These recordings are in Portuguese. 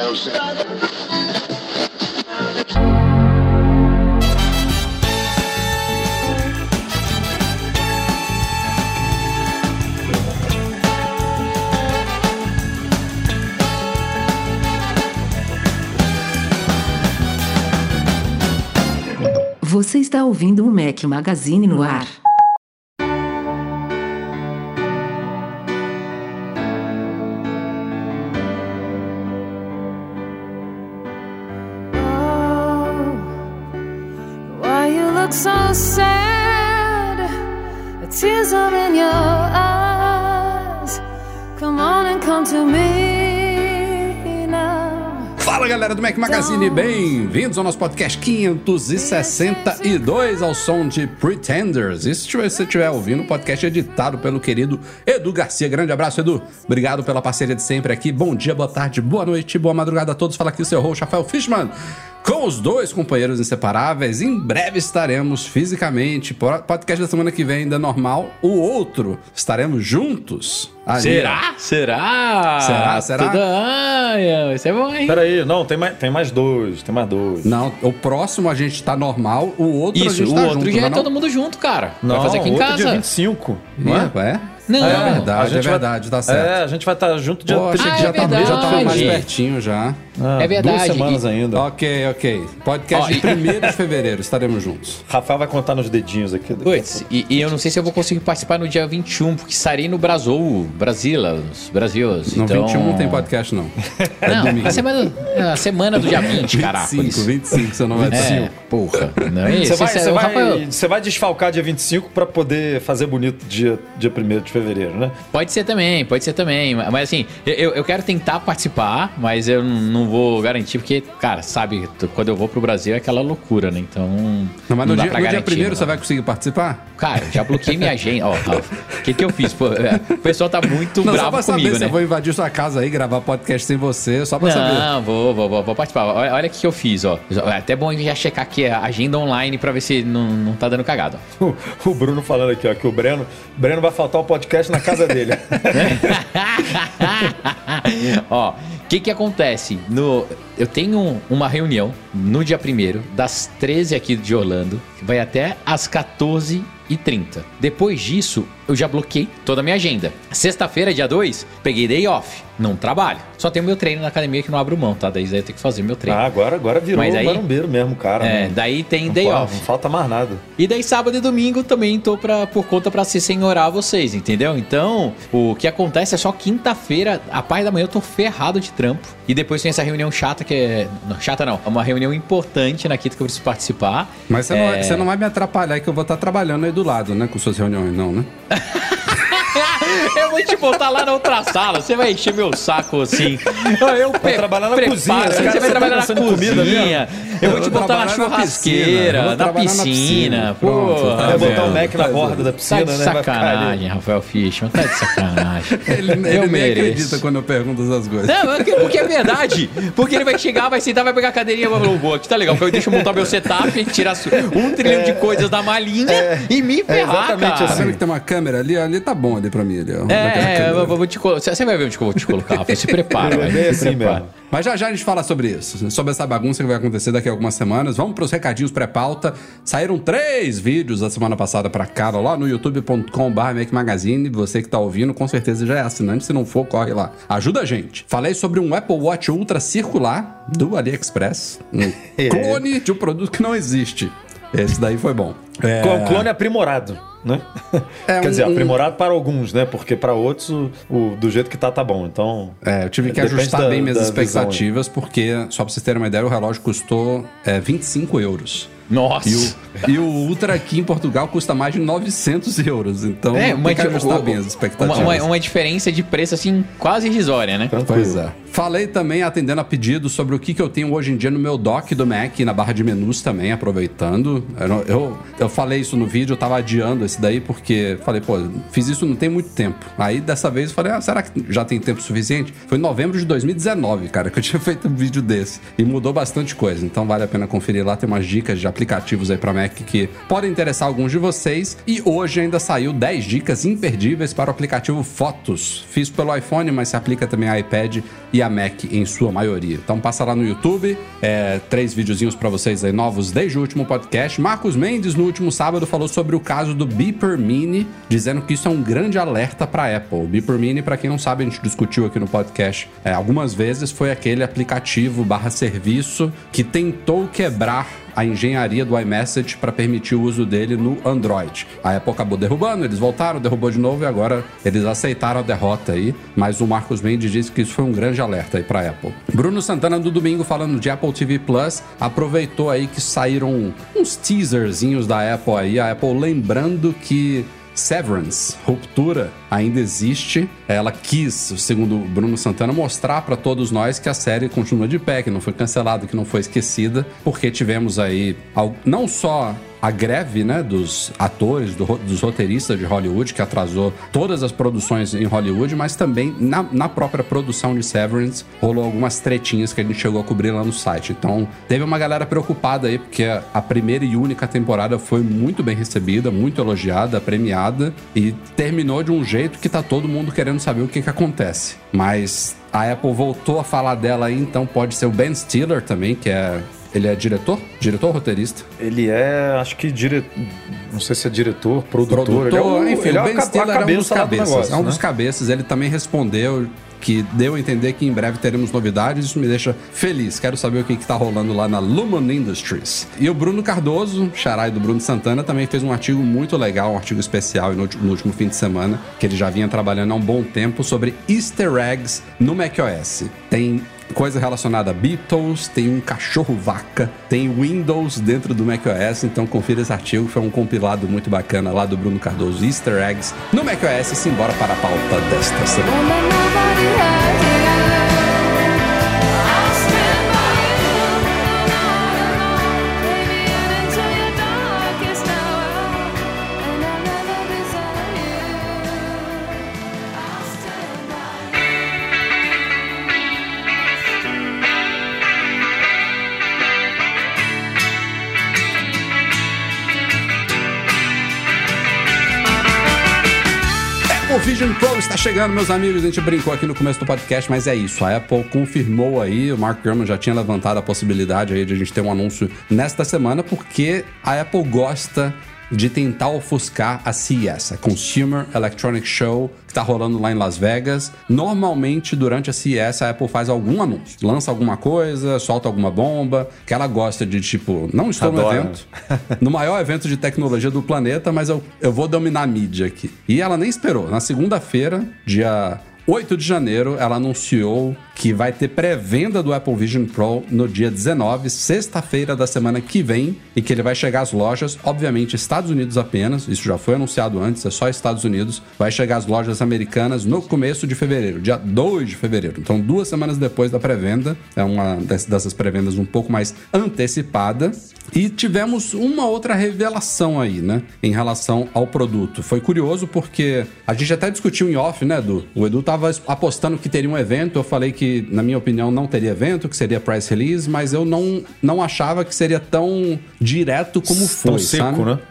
Você está ouvindo o Mac Magazine no ar. So sad, the tears are in your eyes. Come on and come to me now. Fala galera do Mac Magazine, bem-vindos ao nosso podcast 562 ao som de Pretenders. E se você estiver ouvindo, o podcast é editado pelo querido Edu Garcia. Grande abraço, Edu. Obrigado pela parceria de sempre aqui. Bom dia, boa tarde, boa noite, boa madrugada a todos. Fala aqui o seu host, Rafael Fishman. Com os dois companheiros inseparáveis, em breve estaremos fisicamente. Podcast da semana que vem ainda normal. O outro, estaremos juntos. Ali. Será? Isso é bom, hein? Peraí, não, tem mais dois. Não, o próximo a gente tá normal, o outro isso, a gente tá junto. Isso, o outro já é todo mundo junto, cara. Não, vai fazer aqui em casa. Dia 25, não é? Não, é verdade, tá certo. A gente vai estar junto dia 30. Já tava mais pertinho já. É verdade. 2 semanas ainda. Ok. Podcast de 1º de fevereiro, estaremos juntos. Rafael vai contar nos dedinhos aqui. Puts, e eu não sei se eu vou conseguir participar no dia 21, porque estarei no Brasil. No 21 não tem podcast, não. Não, a semana do dia 20, caraca. 25, você não vai dizer. Porra, não é isso. Você vai desfalcar dia 25 pra poder fazer bonito dia 1º de fevereiro, né? Pode ser também. Mas assim, eu quero tentar participar, mas eu não vou garantir, porque, cara, sabe, quando eu vou pro Brasil é aquela loucura, né? Então. Não, mas no dia 1º você vai conseguir participar? Cara, já bloqueei minha agenda. Ó, o que eu fiz? Pô, o pessoal tá muito bravo só pra comigo, saber né? Se eu vou invadir sua casa aí, gravar podcast sem você, só pra saber. Não, vou participar. Olha o que eu fiz, ó. É até bom já checar aqui a agenda online pra ver se não tá dando cagada. O Bruno falando aqui, ó, que o Breno vai faltar o podcast na casa dele. Ó, o que acontece? Eu tenho uma reunião no dia 1º, das 13 aqui de Orlando, que vai até às 14h30. Depois disso, eu já bloqueei toda a minha agenda. Sexta-feira, dia 2, peguei day off. Não trabalho. Só tenho meu treino na academia que não abro mão, tá? Daí eu tenho que fazer meu treino. Agora virou marombeiro mesmo, cara. Daí tem day off. Não falta mais nada. E daí sábado e domingo também tô por conta pra se senhorar vocês, entendeu? Então, o que acontece é só quinta-feira, a parte da manhã eu tô ferrado de trampo. E depois tem essa reunião chata que é... Não, chata não. É uma reunião importante na quinta que eu preciso participar. Mas você não vai me atrapalhar que eu vou estar trabalhando aí do lado, né? Com suas reuniões, não, né? Eu vou te botar lá na outra sala. Você vai encher meu saco assim. Eu vai trabalhar na cozinha. Você vai trabalhar na cozinha. Eu vou te botar na churrasqueira, na piscina. Pô, vai botar o Mac na borda da piscina, tá de né? Sacanagem, Rafael Fishman. Tá de sacanagem. Ele nem acredita quando eu pergunto essas coisas. Não, porque é verdade. Porque ele vai chegar, vai sentar, vai pegar a cadeirinha e vai falar, pô, aqui tá legal. Deixa eu montar meu setup, tirar 1 trilhão de coisas da malinha e me ferrar, cara. Tá vendo que tem uma câmera ali? Ali tá bom ali pra mim. Eu vou te colocar. Você vai ver onde que eu vou te colocar, Rafael. Se prepara, vai. Se prepara. Mas já a gente fala sobre isso, sobre essa bagunça que vai acontecer daqui a algumas semanas. Vamos pros recadinhos pré-pauta. Saíram 3 vídeos da semana passada pra cá, lá no youtube.com/Mac Magazine. Você que tá ouvindo, com certeza já é assinante. Se não for, corre lá. Ajuda a gente. Falei sobre um Apple Watch Ultra circular do AliExpress. Um clone de um produto que não existe. Esse daí foi bom. Clone aprimorado, né? Quer dizer, aprimorado para alguns, né? Porque para outros, do jeito que tá bom. Então. Eu tive que ajustar bem minhas expectativas, porque, só pra vocês terem uma ideia, o relógio custou 25 euros. Nossa! E o Ultra aqui em Portugal custa mais de 900 euros. Então, tem que ajustar bem as expectativas. Uma diferença de preço, assim, quase irrisória, né? Pois é. Falei também, atendendo a pedidos, sobre o que eu tenho hoje em dia no meu dock do Mac, na barra de menus também, aproveitando. Eu falei isso no vídeo, eu tava adiando esse daí, porque falei, fiz isso não tem muito tempo. Aí, dessa vez, eu falei, será que já tem tempo suficiente? Foi em novembro de 2019, cara, que eu tinha feito um vídeo desse. E mudou bastante coisa, então vale a pena conferir lá, tem umas dicas já aplicativos aí para Mac que podem interessar alguns de vocês. E hoje ainda saiu 10 dicas imperdíveis para o aplicativo Fotos. Fiz pelo iPhone, mas se aplica também a iPad e a Mac em sua maioria. Então passa lá no YouTube, 3 videozinhos para vocês aí novos desde o último podcast. Marcos Mendes, no último sábado, falou sobre o caso do Beeper Mini, dizendo que isso é um grande alerta para Apple. O Beeper Mini, para quem não sabe, a gente discutiu aqui no podcast algumas vezes, foi aquele aplicativo /serviço que tentou quebrar a engenharia do iMessage para permitir o uso dele no Android. A Apple acabou derrubando, eles voltaram, derrubou de novo e agora eles aceitaram a derrota aí, mas o Marcos Mendes disse que isso foi um grande alerta aí para Apple. Bruno Santana, no domingo, falando de Apple TV Plus, aproveitou aí que saíram uns teaserzinhos da Apple aí, a Apple lembrando que Severance, Ruptura, ainda existe. Ela quis, segundo o Bruno Santana, mostrar para todos nós que a série continua de pé, que não foi cancelada, que não foi esquecida, porque tivemos aí não só a greve, né, dos atores, dos roteiristas de Hollywood, que atrasou todas as produções em Hollywood, mas também na própria produção de Severance rolou algumas tretinhas que a gente chegou a cobrir lá no site. Então, teve uma galera preocupada aí, porque a primeira e única temporada foi muito bem recebida, muito elogiada, premiada, e terminou de um jeito que tá todo mundo querendo saber o que acontece. Mas a Apple voltou a falar dela aí, então pode ser o Ben Stiller também, que ele é diretor ou roteirista? Ele é, acho que não sei se é diretor, produtor. Enfim, o Ben Stiller é um dos cabeças. Negócio, é um dos cabeças. Ele também respondeu que deu a entender que em breve teremos novidades. Isso me deixa feliz. Quero saber o que tá rolando lá na Lumon Industries. E o Bruno Cardoso, xarai do Bruno Santana, também fez um artigo muito legal, um artigo especial no último fim de semana, que ele já vinha trabalhando há um bom tempo, sobre easter eggs no macOS. Tem coisa relacionada a Beatles, tem um cachorro-vaca, tem Windows dentro do macOS, então confira esse artigo, foi um compilado muito bacana lá do Bruno Cardoso, Easter Eggs no macOS. E simbora para a pauta desta semana. O Vision Pro está chegando, meus amigos. A gente brincou aqui no começo do podcast, mas é isso. A Apple confirmou aí, o Mark Gurman já tinha levantado a possibilidade aí de a gente ter um anúncio nesta semana, porque a Apple gosta de tentar ofuscar a CES, a Consumer Electronics Show, que tá rolando lá em Las Vegas. Normalmente, durante a CES, a Apple faz algum anúncio, lança alguma coisa, solta alguma bomba, que ela gosta de, tipo, não estou no evento, no maior evento de tecnologia do planeta, mas eu vou dominar a mídia aqui. E ela nem esperou. Na segunda-feira, dia 8 de janeiro, ela anunciou que vai ter pré-venda do Apple Vision Pro no dia 19, sexta-feira da semana que vem, e que ele vai chegar às lojas, obviamente, Estados Unidos apenas, isso já foi anunciado antes, é só Estados Unidos, vai chegar às lojas americanas no começo de fevereiro, dia 2 de fevereiro, então 2 semanas depois da pré-venda, é uma dessas pré-vendas um pouco mais antecipada. E tivemos uma outra revelação aí, né, em relação ao produto. Foi curioso porque a gente até discutiu em off, né, Edu? O Edu tava apostando que teria um evento, eu falei que, na minha opinião, não teria evento, que seria press release, mas eu não achava que seria tão direto como foi, tão seco, sabe? Né?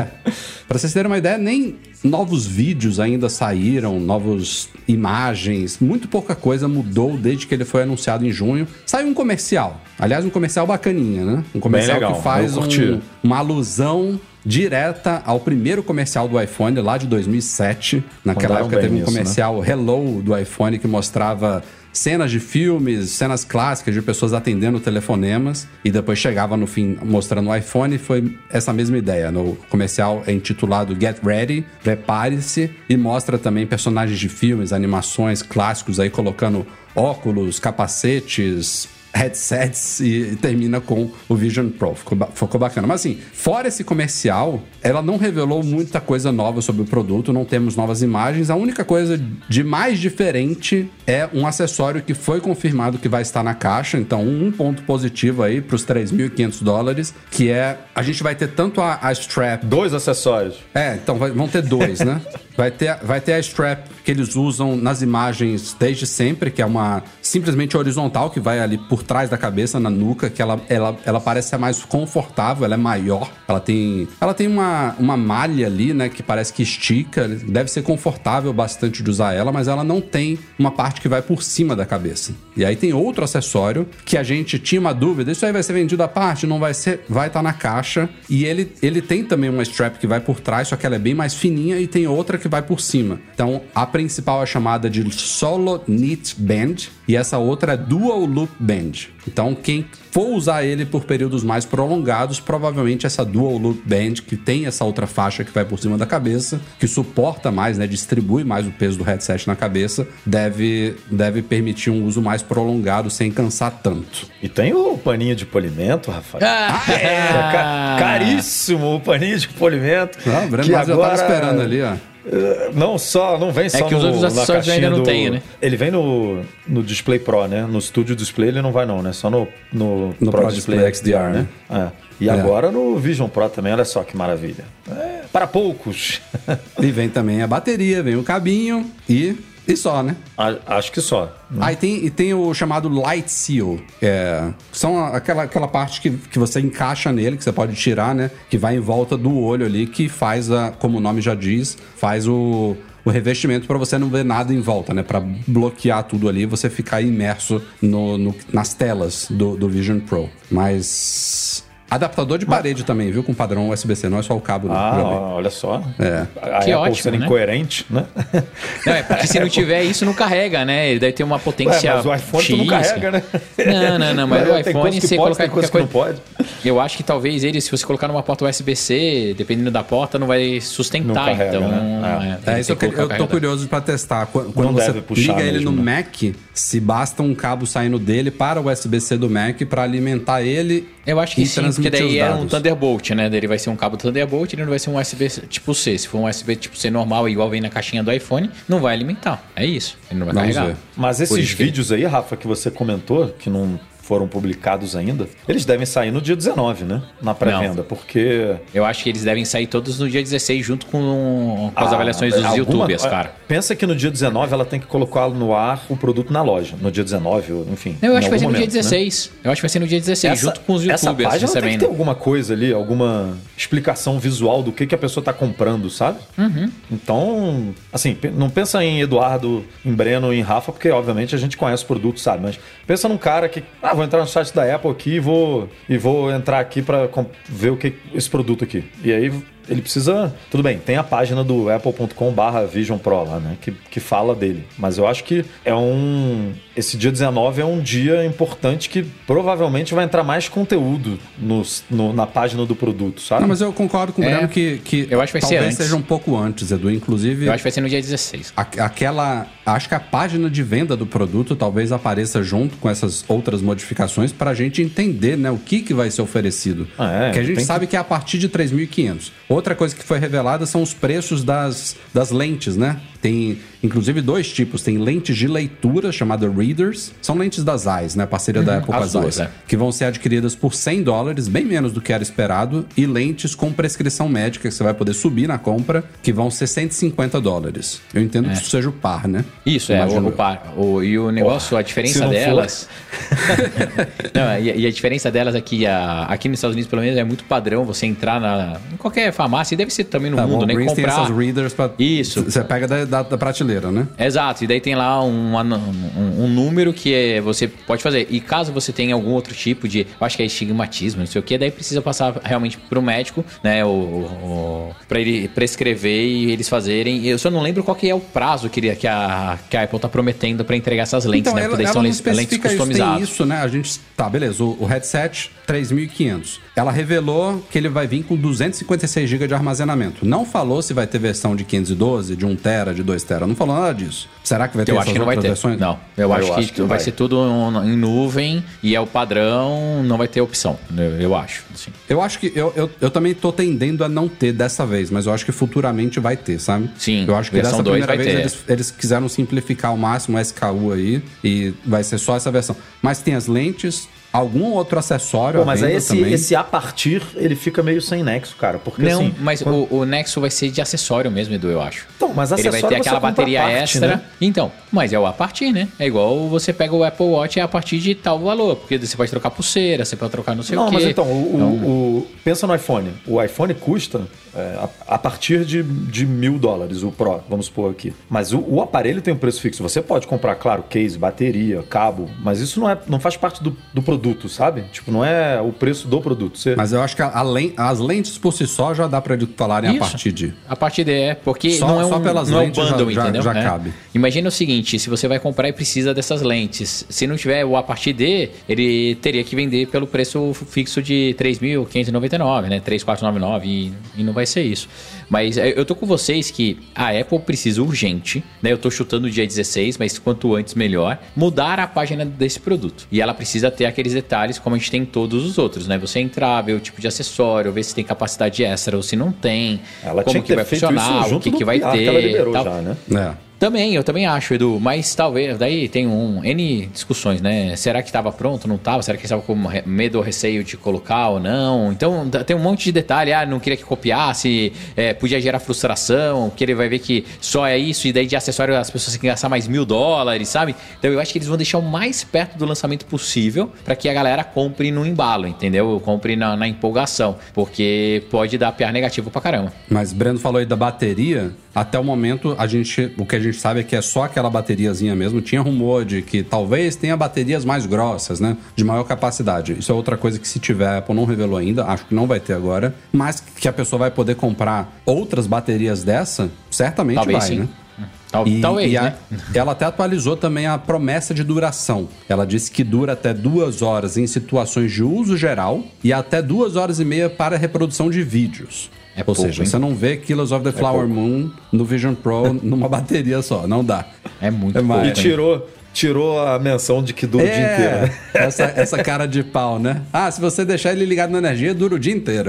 Pra vocês terem uma ideia, nem novos vídeos ainda saíram, novas imagens, muito pouca coisa mudou desde que ele foi anunciado em junho. Saiu um comercial, aliás, um comercial bacaninha, né? Um comercial que faz uma alusão direta ao primeiro comercial do iPhone lá de 2007. Naquela época teve um comercial, né? Hello, do iPhone, que mostrava cenas de filmes, cenas clássicas de pessoas atendendo telefonemas, e depois chegava no fim mostrando o iPhone. Foi essa mesma ideia. No comercial é intitulado Get Ready, prepare-se, e mostra também personagens de filmes, animações clássicos aí colocando óculos, capacetes, headsets, e termina com o Vision Pro. Ficou bacana. Mas assim, fora esse comercial, ela não revelou muita coisa nova sobre o produto, não temos novas imagens. A única coisa de mais diferente é um acessório que foi confirmado que vai estar na caixa. Então, um ponto positivo aí para os $3.500, que é, a gente vai ter tanto a strap... 2 acessórios. Então vão ter 2, né? Vai ter a strap que eles usam nas imagens desde sempre, que é uma simplesmente horizontal, que vai ali por trás da cabeça, na nuca, que ela parece ser mais confortável, ela é maior, ela tem uma malha ali, né, que parece que estica, deve ser confortável bastante de usar ela, mas ela não tem uma parte que vai por cima da cabeça. E aí tem outro acessório que a gente tinha uma dúvida, isso aí vai ser vendido à parte? Não vai ser? Vai estar na caixa. E ele tem também uma strap que vai por trás, só que ela é bem mais fininha, e tem outra que vai por cima. Então, a principal é chamada de Solo Knit Band, e essa outra é Dual Loop Band. Então, quem for usar ele por períodos mais prolongados, provavelmente essa Dual Loop Band, que tem essa outra faixa que vai por cima da cabeça, que suporta mais, né, distribui mais o peso do headset na cabeça, deve permitir um uso mais prolongado sem cansar tanto. E tem o paninho de polimento, Rafael. Caríssimo o paninho de polimento. O Breno já tava esperando ali, ó. Não vem só que os outros acessórios ainda não tem, né? Ele vem no Display Pro, né? No Studio Display ele não vai não, né? Só no Pro Display XDR, né? E agora no Vision Pro também, olha só que maravilha. Para poucos. E vem também a bateria, vem o cabinho e só, né? Acho que só. Aí tem o chamado Light Seal. São aquela parte que você encaixa nele, que você pode tirar, né? Que vai em volta do olho ali, que faz, como o nome já diz, faz o revestimento para você não ver nada em volta, né? Para bloquear tudo ali, você ficar imerso nas telas do Vision Pro. Mas adaptador de parede também, viu? Com padrão USB-C, não é só o cabo. Olha só. A Apple ótimo, sendo incoerente, né? Não, é porque se não tiver isso, não carrega, né? Ele deve ter uma potência. Mas o iPhone tu não carrega, né? Não, mas o iPhone, se você colocar qualquer coisa. Não pode. Eu acho que talvez ele, se você colocar numa porta USB-C, dependendo da porta, não vai sustentar. Não carrega, então, né? Isso eu tô curioso pra testar. Quando você liga ele no Mac, se basta um cabo saindo dele para o USB-C do Mac para alimentar ele. Eu acho que sim, porque daí é um Thunderbolt, né? Ele vai ser um cabo Thunderbolt, ele não vai ser um USB tipo C. Se for um USB tipo C normal, igual vem na caixinha do iPhone, não vai alimentar. É isso. Ele não vai carregar. Mas esses vídeos aí, Rafa, que você comentou, que não foram publicados ainda, eles devem sair no dia 19, né? Na pré-venda, porque... Eu acho que eles devem sair todos no dia 16, junto com as avaliações dos YouTubers, cara. Pensa que no dia 19 ela tem que colocar no ar o produto na loja. No dia 19, enfim. Eu acho que vai ser no dia 16. Né? Eu acho que vai ser no dia 16, junto com os YouTubers. Essa página tem que ter alguma coisa ali, alguma explicação visual do que a pessoa tá comprando, sabe? Uhum. Então, assim, não pensa em Eduardo, em Breno, em Rafa, porque obviamente a gente conhece o produto, sabe? Mas pensa num cara que... vou entrar no site da Apple aqui e vou entrar aqui para ver o que esse produto aqui. E aí ele precisa... Tudo bem, tem a página do apple.com/Vision Pro lá, né? Que fala dele. Mas eu acho que esse dia 19 é um dia importante que provavelmente vai entrar mais conteúdo na página do produto, sabe? Não, mas eu concordo com o Breno que eu acho que vai talvez ser seja um pouco antes, Edu. Inclusive... Eu acho que vai ser no dia 16. Acho que a página de venda do produto talvez apareça junto com essas outras modificações para a gente entender, né, o que vai ser oferecido. Que a gente sabe que é a partir de 3.500. Outra coisa que foi revelada são os preços das lentes, né? Tem, inclusive, dois tipos. Tem lentes de leitura, chamada Readers. São lentes das Eyes, né? Parceria da Apple com as Eyes. Que vão ser adquiridas por $100, bem menos do que era esperado. E lentes com prescrição médica, que você vai poder subir na compra, que vão ser $150. Eu entendo que isso seja o par, né? Isso, o par. E o negócio, a diferença delas... Não, e a diferença delas aqui nos Estados Unidos, pelo menos, é muito padrão. Você entrar em qualquer farmácia, e deve ser também no mundo, né? Comprar... tem essas Readers pra... Isso. Você pega da prateleira, né? Exato, e daí tem lá um número que você pode fazer. E caso você tenha algum outro tipo de, eu acho que é estigmatismo, não sei o que, daí precisa passar realmente pro médico, né, pra ele prescrever e eles fazerem. Eu só não lembro qual que é o prazo que a Apple tá prometendo pra entregar essas lentes, então, né? Porque daí são lentes customizadas. Isso, né? A gente, beleza, o headset 3.500. Ela revelou que ele vai vir com 256 GB de armazenamento. Não falou se vai ter versão de 512, de 1 TB, de 2 TB. Não falou nada disso. Será que vai ter essas outras versões? Não, eu acho que vai ser tudo em nuvem e é o padrão, não vai ter opção. Eu acho. Assim. Eu acho que... Eu também tô tendendo a não ter dessa vez, mas eu acho que futuramente vai ter, sabe? Sim, eu acho que dessa primeira vez eles quiseram simplificar ao máximo o SKU aí e vai ser só essa versão. Mas tem as lentes... algum outro acessório. Pô, mas aí também. esse a partir, ele fica meio sem nexo, cara. Porque Não, assim, mas o Nexo vai ser de acessório mesmo, Edu, eu acho. Então, mas Ele acessório vai ter você aquela compra bateria à parte, extra. né? Então, mas é o a partir, né? É igual você pega o Apple Watch a partir de tal valor. Porque você pode trocar pulseira, você pode trocar não sei o quê. Não, mas então, pensa no iPhone. O iPhone custa a partir de $1.000, o Pro, vamos supor aqui. Mas o aparelho tem um preço fixo. Você pode comprar, claro, case, bateria, cabo, mas isso não faz parte do produto, sabe? Tipo, não é o preço do produto. Mas eu acho que as lentes por si só já dá pra falarem Isso. a partir de... A partir de... Porque Só- não é só um, pelas não é um lentes bundle, já entendeu? cabe. Imagina o seguinte, se você vai comprar e precisa dessas lentes, se não tiver o a partir de, ele teria que vender pelo preço fixo de R$3.599, né? 3.499 e não vai ser isso. Mas eu tô com vocês que a Apple precisa urgente, né? Eu tô chutando o dia 16, mas quanto antes melhor, mudar a página desse produto. E ela precisa ter aqueles detalhes como a gente tem em todos os outros, né? Você entrar, ver o tipo de acessório, ver se tem capacidade extra ou se não tem, Ela como tinha que ter vai feito funcionar, isso o junto que do vai PR ter. que ela liberou tal. já, né? Eu também acho, Edu, mas talvez, daí tem N discussões, né? Será que estava pronto, não estava? Será que estava com medo ou receio de colocar ou não? Então tem um monte de detalhe, não queria que copiasse, podia gerar frustração, que ele vai ver que só é isso, e daí de acessório as pessoas têm que gastar mais $1.000, sabe? Então eu acho que eles vão deixar o mais perto do lançamento possível para que a galera compre no embalo, entendeu? Compre na empolgação, porque pode dar PR negativo pra caramba. Mas Breno falou aí da bateria. Até o momento, o que a gente sabe é que é só aquela bateriazinha mesmo. Tinha rumor de que talvez tenha baterias mais grossas, né? De maior capacidade. Isso é outra coisa que, se tiver, a Apple não revelou ainda. Acho que não vai ter agora. Mas que a pessoa vai poder comprar outras baterias dessa, certamente Talvez vai, sim. né? Talvez, né? Ela até atualizou também a promessa de duração. Ela disse que dura até 2 horas em situações de uso geral e até 2 horas e meia para reprodução de vídeos. Ou pouco, seja, hein? você não vê Killers of the Flower Moon no Vision Pro numa bateria só. Não dá. É muito mais. pouco, E hein? tirou a menção de que dura o dia inteiro, né? essa cara de pau, né? Se você deixar ele ligado na energia, dura o dia inteiro.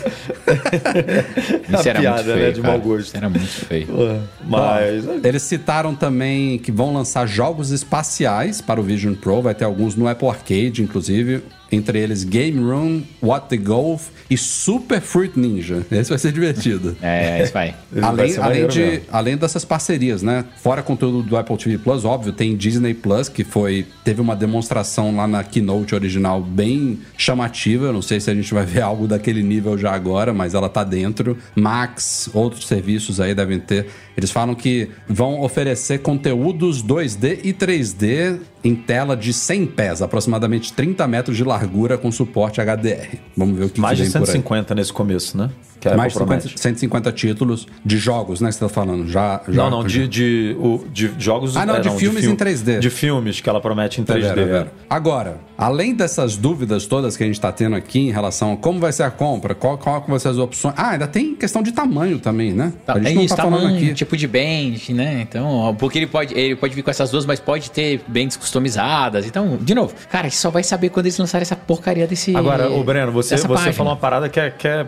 Isso era piada, muito feio, né, de cara. mau gosto. Isso era muito feio. Mas... Eles citaram também que vão lançar jogos espaciais para o Vision Pro. Vai ter alguns no Apple Arcade, inclusive. Entre eles Game Room, What the Golf e Super Fruit Ninja. Esse vai ser divertido. Isso vai. Vai ser maneiro mesmo. Além dessas parcerias, né? Fora conteúdo do Apple TV Plus, óbvio, tem Disney Plus, que teve uma demonstração lá na Keynote original bem chamativa. Eu não sei se a gente vai ver algo daquele nível já agora, mas ela tá dentro. Max, outros serviços aí devem ter. Eles falam que vão oferecer conteúdos 2D e 3D em tela de 100 pés, aproximadamente 30 metros de largura, com suporte HDR. Vamos ver o que Mais vem de por aí. 150 nesse começo, né? Que a Mais de Apple promete. 150 títulos de jogos, né? Que você tá falando. Não, de jogos... de filmes em 3D. De filmes que ela promete em 3D. Vera. Agora, além dessas dúvidas todas que a gente tá tendo aqui em relação a como vai ser a compra, qual vão ser as opções... ainda tem questão de tamanho também, né? A gente não tá falando aqui. Tipo de band, né? Então, porque ele pode vir com essas duas, mas pode ter bands customizadas. Então, de novo, cara, a gente só vai saber quando eles lançarem essa porcaria desse... Agora, ô Breno, você página. falou uma parada que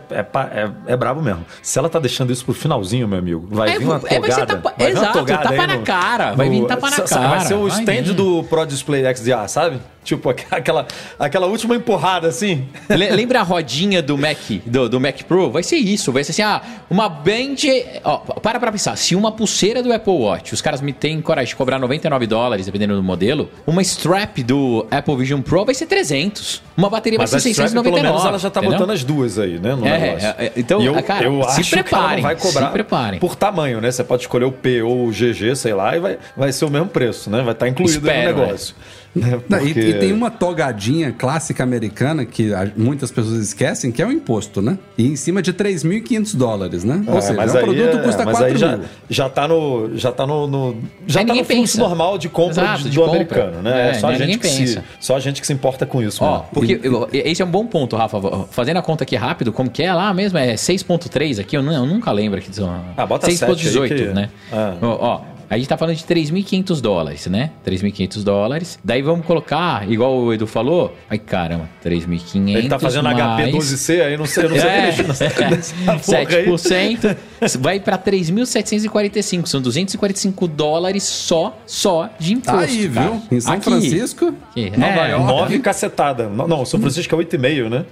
é brabo mesmo. Se ela tá deixando isso pro finalzinho, meu amigo, vai vir uma togada. Vai ser vai vir uma exato, togada tapa aí na cara. Vai vir tapa na cara. Vai ser o Vai stand vir. do Pro Display XDR, sabe? Tipo, aquela última empurrada, assim. Lembra a rodinha do Mac Pro? Vai ser isso. Vai ser assim, uma band... Para pensar. Se uma pulseira do Apple Watch, os caras me têm coragem de cobrar $99, dependendo do modelo, uma strap do Apple Vision Pro vai ser 300. Uma bateria vai ser 699. Pelo menos ela já tá botando as duas aí, né? No negócio. Então, cara, eu se acho que ela preparem. não vai cobrar Se preparem. por tamanho, né? Você pode escolher o P ou o GG, sei lá, e vai ser o mesmo preço, né? Vai estar incluído aí no negócio. E tem uma togadinha clássica americana que muitas pessoas esquecem, que é o imposto, né? E em cima de $3.500, né? Ou seja, mas um produto custa mas 4 aí mil. já tá no ninguém fluxo pensa. normal de compra Exato, de do compra. americano, né? Só a gente pensa. só a gente que se importa com isso. mano. Porque esse é um bom ponto, Rafa. Fazendo a conta aqui rápido, como que é lá mesmo? É 6.3 aqui, eu nunca lembro aqui. Bota 6.18, que... né? a gente tá falando de $3.500, né? $3.500. Daí vamos colocar, igual o Edu falou, ai caramba, 3.500 Ele tá fazendo mais... HP12C, aí não sei nessa porra aí. 7%, vai pra 3.745, são $245 só de imposto. Aí, cara. viu? Em São Aqui. Francisco, Nova York. 9 cacetada. Não, São Francisco é 8,5, né?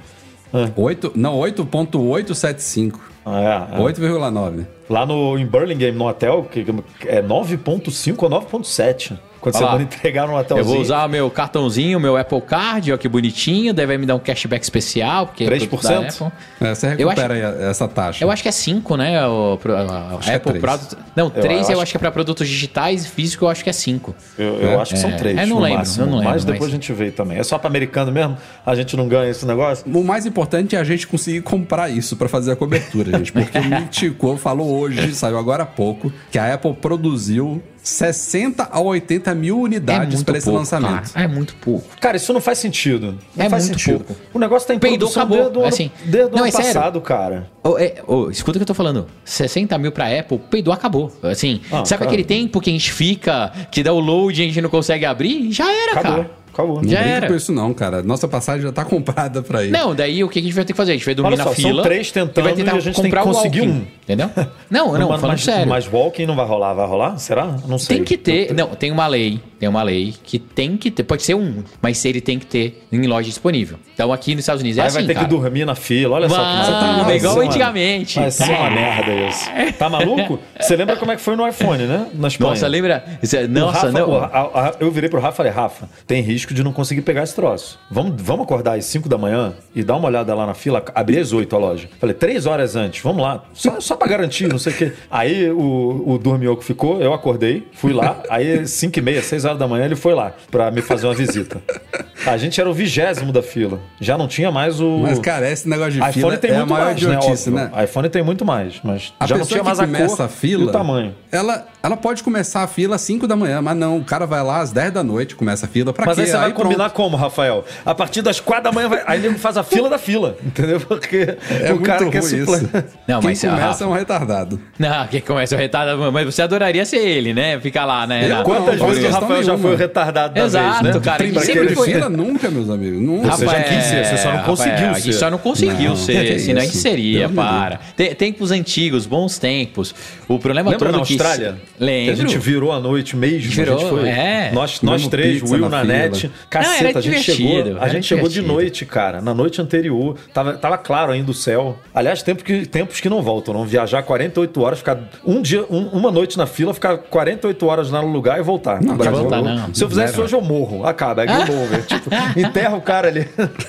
8.875. 8,9. Lá em Burlingame, no hotel, que é 9,5 ou 9,7. Quando você manda entregar no hotelzinho. Eu vou usar meu cartãozinho, meu Apple Card, ó, que bonitinho, daí vai me dar um cashback especial, porque 3%? Você recupera aí essa taxa. Eu acho que é 5, né? O Apple Product. Não, 3 eu acho que é para produtos digitais, físico eu acho que é 5. Eu acho que são 3. Eu não lembro. Mas depois a gente vê também. É só para americano mesmo? A gente não ganha esse negócio? O mais importante é a gente conseguir comprar isso para fazer a cobertura, gente. Porque o Mitico falou hoje, saiu agora há pouco, que a Apple produziu 60 a 80 mil unidades para esse lançamento. Cara. É muito pouco. Cara, isso não faz sentido. Não faz muito sentido. pouco. O negócio tá em produção desde o ano passado, cara. Escuta o que eu tô falando. 60 mil pra Apple, peidou, acabou. Assim, sabe aquele tempo que a gente fica, que dá o load e a gente não consegue abrir? Já era, cara. Acabou. Não já brinca era com isso não, cara. Nossa passagem já tá comprada pra ir. Não, daí o que a gente vai ter que fazer? A gente vai dormir na fila. São 3 tentando vai tentar e a gente comprar tem que conseguir walking, entendeu? Não, falando sério. Mas walking não vai rolar? Vai rolar? Será? Não sei. Tem que ter... Não, tem uma lei que tem que ter... Pode ser mas ele tem que ter em loja disponível. Então aqui nos Estados Unidos é assim, vai ter que dormir na fila. Olha só que tá igual antigamente. Vai ser uma merda isso. Tá maluco? Você lembra como é que foi no iPhone, né? Na Espanha. Nossa, lembra? Rafa, não. Eu virei pro Rafa e falei, Rafa, tem risco de não conseguir pegar esse troço. Vamos acordar às 5 da manhã e dar uma olhada lá na fila, abrir às 8 a loja. Falei, 3 horas antes, vamos lá. Só pra garantir, não sei o quê. Aí o dormiu que ficou, eu acordei, fui lá. Aí 5h30, 6 horas da manhã, ele foi lá pra me fazer uma visita. A gente era o 20º da fila. Já não tinha mais o... Mas, cara, esse negócio de iPhone fila tem é muito a maior mais, idiotice, né? iPhone tem muito mais, mas A já não pessoa tinha mais que a começa cor a fila, e o tamanho. Ela pode começar a fila às 5 da manhã, mas não, o cara vai lá às 10 da noite, começa a fila, pra mas quê? Mas aí você vai combinar pronto. como, Rafael? A partir das 4 da manhã, aí ele faz a fila da fila, entendeu? Porque o cara quer suplantar. Não, quem começa é um retardado. Não, quem começa é um retardado, mas você adoraria ser ele, né? Ficar lá, né? Quantas vezes o Rafael já foi o retardado da Exato, vez, né? cara. Pra sempre foi fila nunca, meus amigos. Nunca. Você já quis ser, você só não conseguiu ser. A gente só não conseguiu ser, senão a gente seria, para. Tempos antigos, bons tempos. O problema Lembra todo na Austrália? Lembro. Que a gente virou à noite mesmo. Virou, a gente foi. Nós três, Will na net. Caceta, a gente chegou de noite, cara. Na noite anterior. Tava claro ainda o céu. Aliás, tempos que não voltam. Não viajar 48 horas, ficar uma noite na fila, ficar 48 horas lá no lugar e voltar. Não, vai voltar, não. Se eu fizesse hoje, eu morro. Acaba, é game over. Tipo, enterra o cara ali.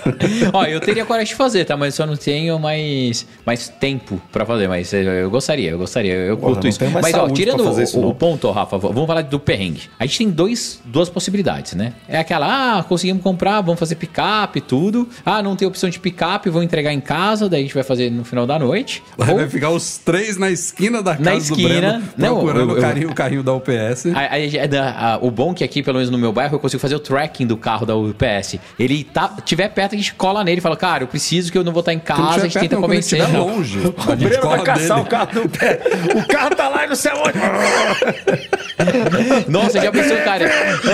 Ó, eu teria coragem de fazer, tá? Mas só não tenho mais tempo pra fazer. Mas eu gostaria. Eu curto isso. Mas, ó, tirando o ponto, ó, Rafa, vamos falar do perrengue. A gente tem duas possibilidades, né? É aquela, conseguimos comprar, vamos fazer picape e tudo. Não tem opção de picape, vamos entregar em casa, daí a gente vai fazer no final da noite. Vai ficar os 3 na esquina da casa do Breno, procurando o carrinho da UPS. O bom é que aqui, pelo menos no meu bairro, eu consigo fazer o tracking do carro da UPS. Ele tiver perto, a gente cola nele e fala, cara, eu preciso que eu não vou estar em casa, a gente tenta convencer. Quando longe, o Breno vai caçar o carro no pé. O carro tá lá e não sei onde. Nossa, já pensou, cara?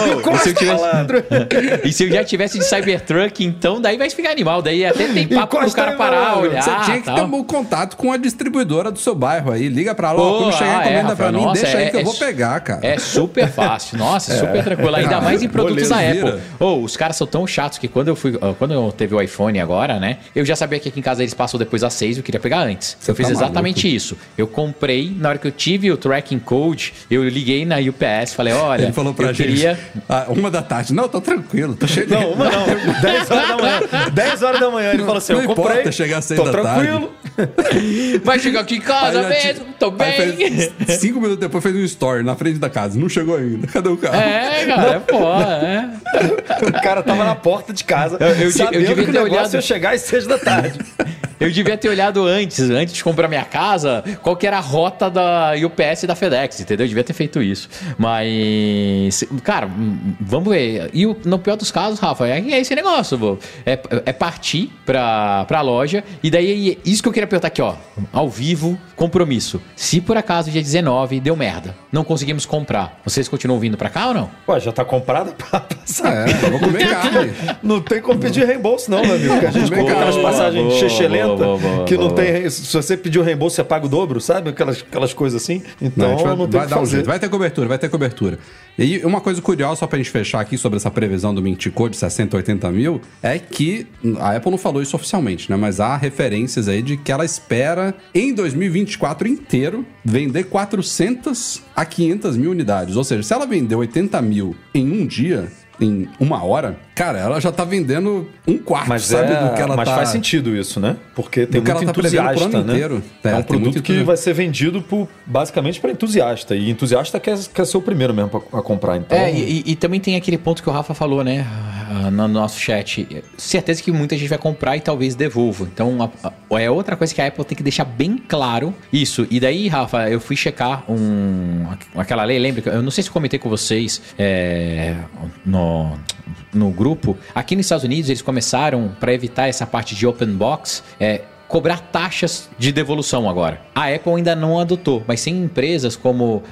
E se eu já tivesse de Cybertruck, então daí vai ficar animal. Daí até tem papo pro cara parar, olhar. Você tinha que ter um contato com a distribuidora do seu bairro aí. Liga pra lá, quando chegar encomenda pra mim, deixa aí que eu vou pegar, cara. É super fácil. Nossa, super tranquilo. Ainda mais em produtos da Apple. Os caras são tão chatos que quando eu teve o iPhone agora, né? Eu já sabia que aqui em casa eles passam depois às 6, eu queria pegar antes. Eu fiz exatamente isso. Eu comprei, na hora que eu tive o tracking code, eu liguei na UPS, falei, olha, ele falou pra gente, 1 da tarde. Não, tô tranquilo, tô cheio de... Não, 10 horas da manhã. 10 horas da manhã, ele falou assim, eu comprei, importa chegar às 6 da tranquilo. Tarde. Vai chegar aqui em casa mesmo, tô bem. 5 minutos depois fez um story na frente da casa, não chegou ainda, cadê o carro? Cara, O cara tava na porta de casa, eu sabendo devia que o ter negócio olhado. ia chegar às 6 da tarde. Eu devia ter olhado antes de comprar minha casa, qual que era a rota da UPS e da FedEx, entendeu? Eu devia ter feito isso. Mas, cara, vamos ver. E no pior dos casos, Rafa, é esse negócio, é partir pra loja, e daí isso que eu queria perguntar aqui, ó, ao vivo, compromisso. Se por acaso dia 19 deu merda, não conseguimos comprar, vocês continuam vindo pra cá ou não? Ué, já tá comprada pra passar. Eu vou comer carne. Não tem como pedir reembolso, não, meu amigo. Porque a gente compra aquelas passagens chechelenta que não tem. Se você pedir o reembolso, você paga o dobro, sabe? Aquelas coisas assim. Então não tem o que fazer. Vai ter cobertura. E uma coisa curiosa, só pra gente fechar aqui sobre essa previsão do Mintico de 60, 80 mil, é que a Apple não falou isso oficialmente, né? Mas há referências aí de que ela espera, em 2024 inteiro, vender 400 a 500 mil unidades. Ou seja, se ela vender 80 mil em um dia, em uma hora, cara, ela já tá vendendo um quarto, do que ela mas tá... faz sentido isso, né? Porque tem muito ela tá entusiasta, pro ano né? inteiro. É um produto que vai ser vendido basicamente para entusiasta. E entusiasta quer ser o primeiro mesmo a comprar. Então... E também tem aquele ponto que o Rafa falou, né? No nosso chat. Certeza que muita gente vai comprar e talvez devolva. Então, é outra coisa que a Apple tem que deixar bem claro isso. E daí, Rafa, eu fui checar aquela lei, lembra? Eu não sei se eu comentei com vocês no grupo. Aqui nos Estados Unidos, eles começaram, para evitar essa parte de open box, cobrar taxas de devolução agora. A Apple ainda não adotou, mas tem empresas como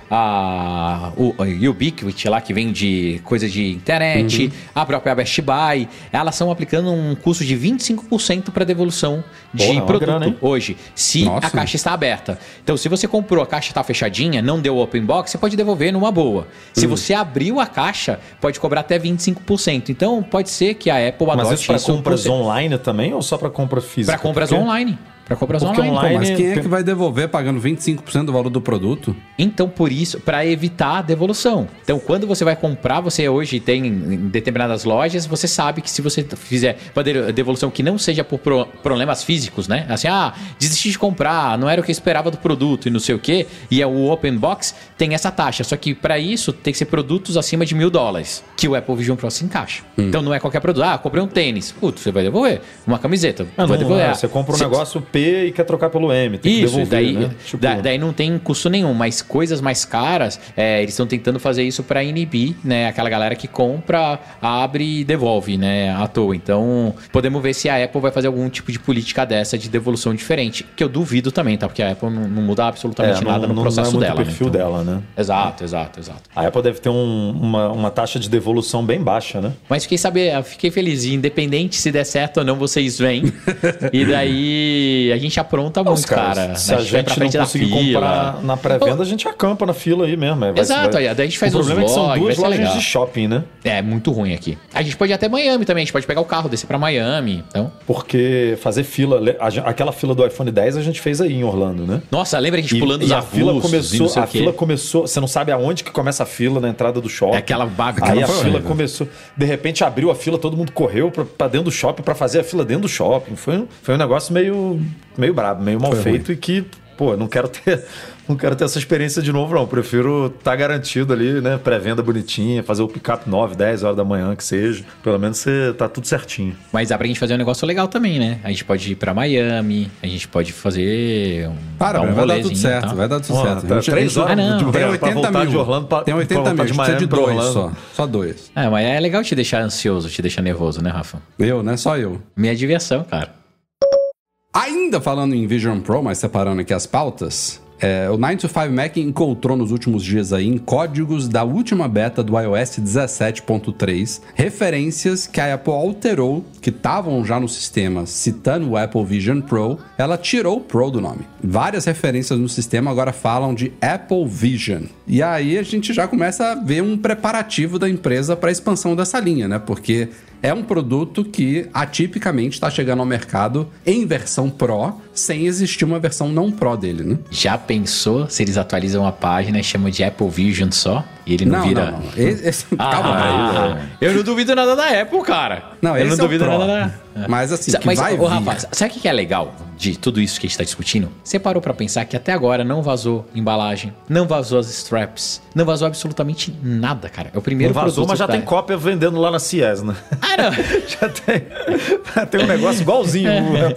a Ubiquiti lá, que vende coisa de internet, a própria Best Buy, elas estão aplicando um custo de 25% para devolução de produto grana, hoje, se a caixa está aberta. Então, se você comprou, a caixa está fechadinha, não deu open box, você pode devolver numa boa. Se você abriu a caixa, pode cobrar até 25%. Então, pode ser que a Apple adote isso. Mas isso para compras online também ou só para compra física? Para compras online. Para compras online. Mas quem é que vai devolver pagando 25% do valor do produto? Então, por isso, para evitar a devolução. Então, quando você vai comprar, você hoje tem em determinadas lojas, você sabe que se você fizer uma devolução que não seja por problemas físicos, né? Assim, desisti de comprar, não era o que eu esperava do produto e não sei o quê, e o open box tem essa taxa. Só que para isso tem que ser produtos acima de $1.000, que o Apple Vision Pro se encaixa. Então, não é qualquer produto. Comprei um tênis. Putz, você vai devolver. Uma camiseta. Vai devolver. Você compra um negócio e quer trocar pelo M, tem que devolver, daí, né? Daí não tem custo nenhum, mas coisas mais caras, eles estão tentando fazer isso para inibir, né, aquela galera que compra, abre e devolve, né, à toa. Então, podemos ver se a Apple vai fazer algum tipo de política dessa de devolução diferente, que eu duvido também, tá? Porque a Apple não muda absolutamente nada no processo não é muito dela. O perfil dela, né? Exato. A Apple deve ter uma taxa de devolução bem baixa, né? Mas fiquei feliz, independente se der certo ou não, vocês vêm. E daí a gente apronta muito, cara. Se a gente não conseguir comprar na pré-venda, a gente acampa na fila aí mesmo. Exato, daí a gente faz os vlogs. O problema é que são duas lojas de shopping, né? É muito ruim aqui. A gente pode ir até Miami também, a gente pode pegar o carro, descer pra Miami. Então... Porque fazer fila, aquela fila do iPhone 10 a gente fez aí em Orlando, né? Nossa, lembra a gente pulando os arbustos? A fila começou, você não sabe aonde que começa a fila na entrada do shopping. É aquela bagunça. Aí a fila começou, de repente abriu a fila, todo mundo correu pra dentro do shopping pra fazer a fila dentro do shopping. Foi um negócio meio brabo, meio mal feito e que, não quero ter essa experiência de novo, não. Prefiro estar garantido ali, né? Pré-venda bonitinha, fazer o pick-up 9, 10 horas da manhã, que seja. Pelo menos você tá tudo certinho. Mas dá pra gente fazer um negócio legal também, né? A gente pode ir pra Miami, a gente pode fazer vai dar tudo certo, vai dar tudo certo. Tá 3 horas tem 80 mil. De Orlando tem 80 mil, de Miami de 2 só 2. Mas é legal te deixar ansioso, te deixar nervoso, né, Rafa? Só eu. Minha diversão, cara. Ainda falando em Vision Pro, mas separando aqui as pautas, o 9to5 Mac encontrou nos últimos dias aí em códigos da última beta do iOS 17.3 referências que a Apple alterou, que estavam já no sistema citando o Apple Vision Pro, ela tirou o Pro do nome. Várias referências no sistema agora falam de Apple Vision. E aí a gente já começa a ver um preparativo da empresa para a expansão dessa linha, né? Porque é um produto que atipicamente está chegando ao mercado em versão Pro, sem existir uma versão não Pro dele, né? Já pensou se eles atualizam a página e chamam de Apple Vision só? E ele não vira... Não. Calma, eu não duvido nada da Apple, cara. Não, eu esse não duvido é o Pro. nada da... Mas assim, que mas, vai vir... Rafa, sabe o que é legal de tudo isso que a gente tá discutindo? Você parou pra pensar que até agora não vazou embalagem, não vazou as straps, não vazou absolutamente nada, cara. É o primeiro Não vazou, produto mas já que tem cópia vendendo lá na CIES, né? Ah, não. já tem um negócio igualzinho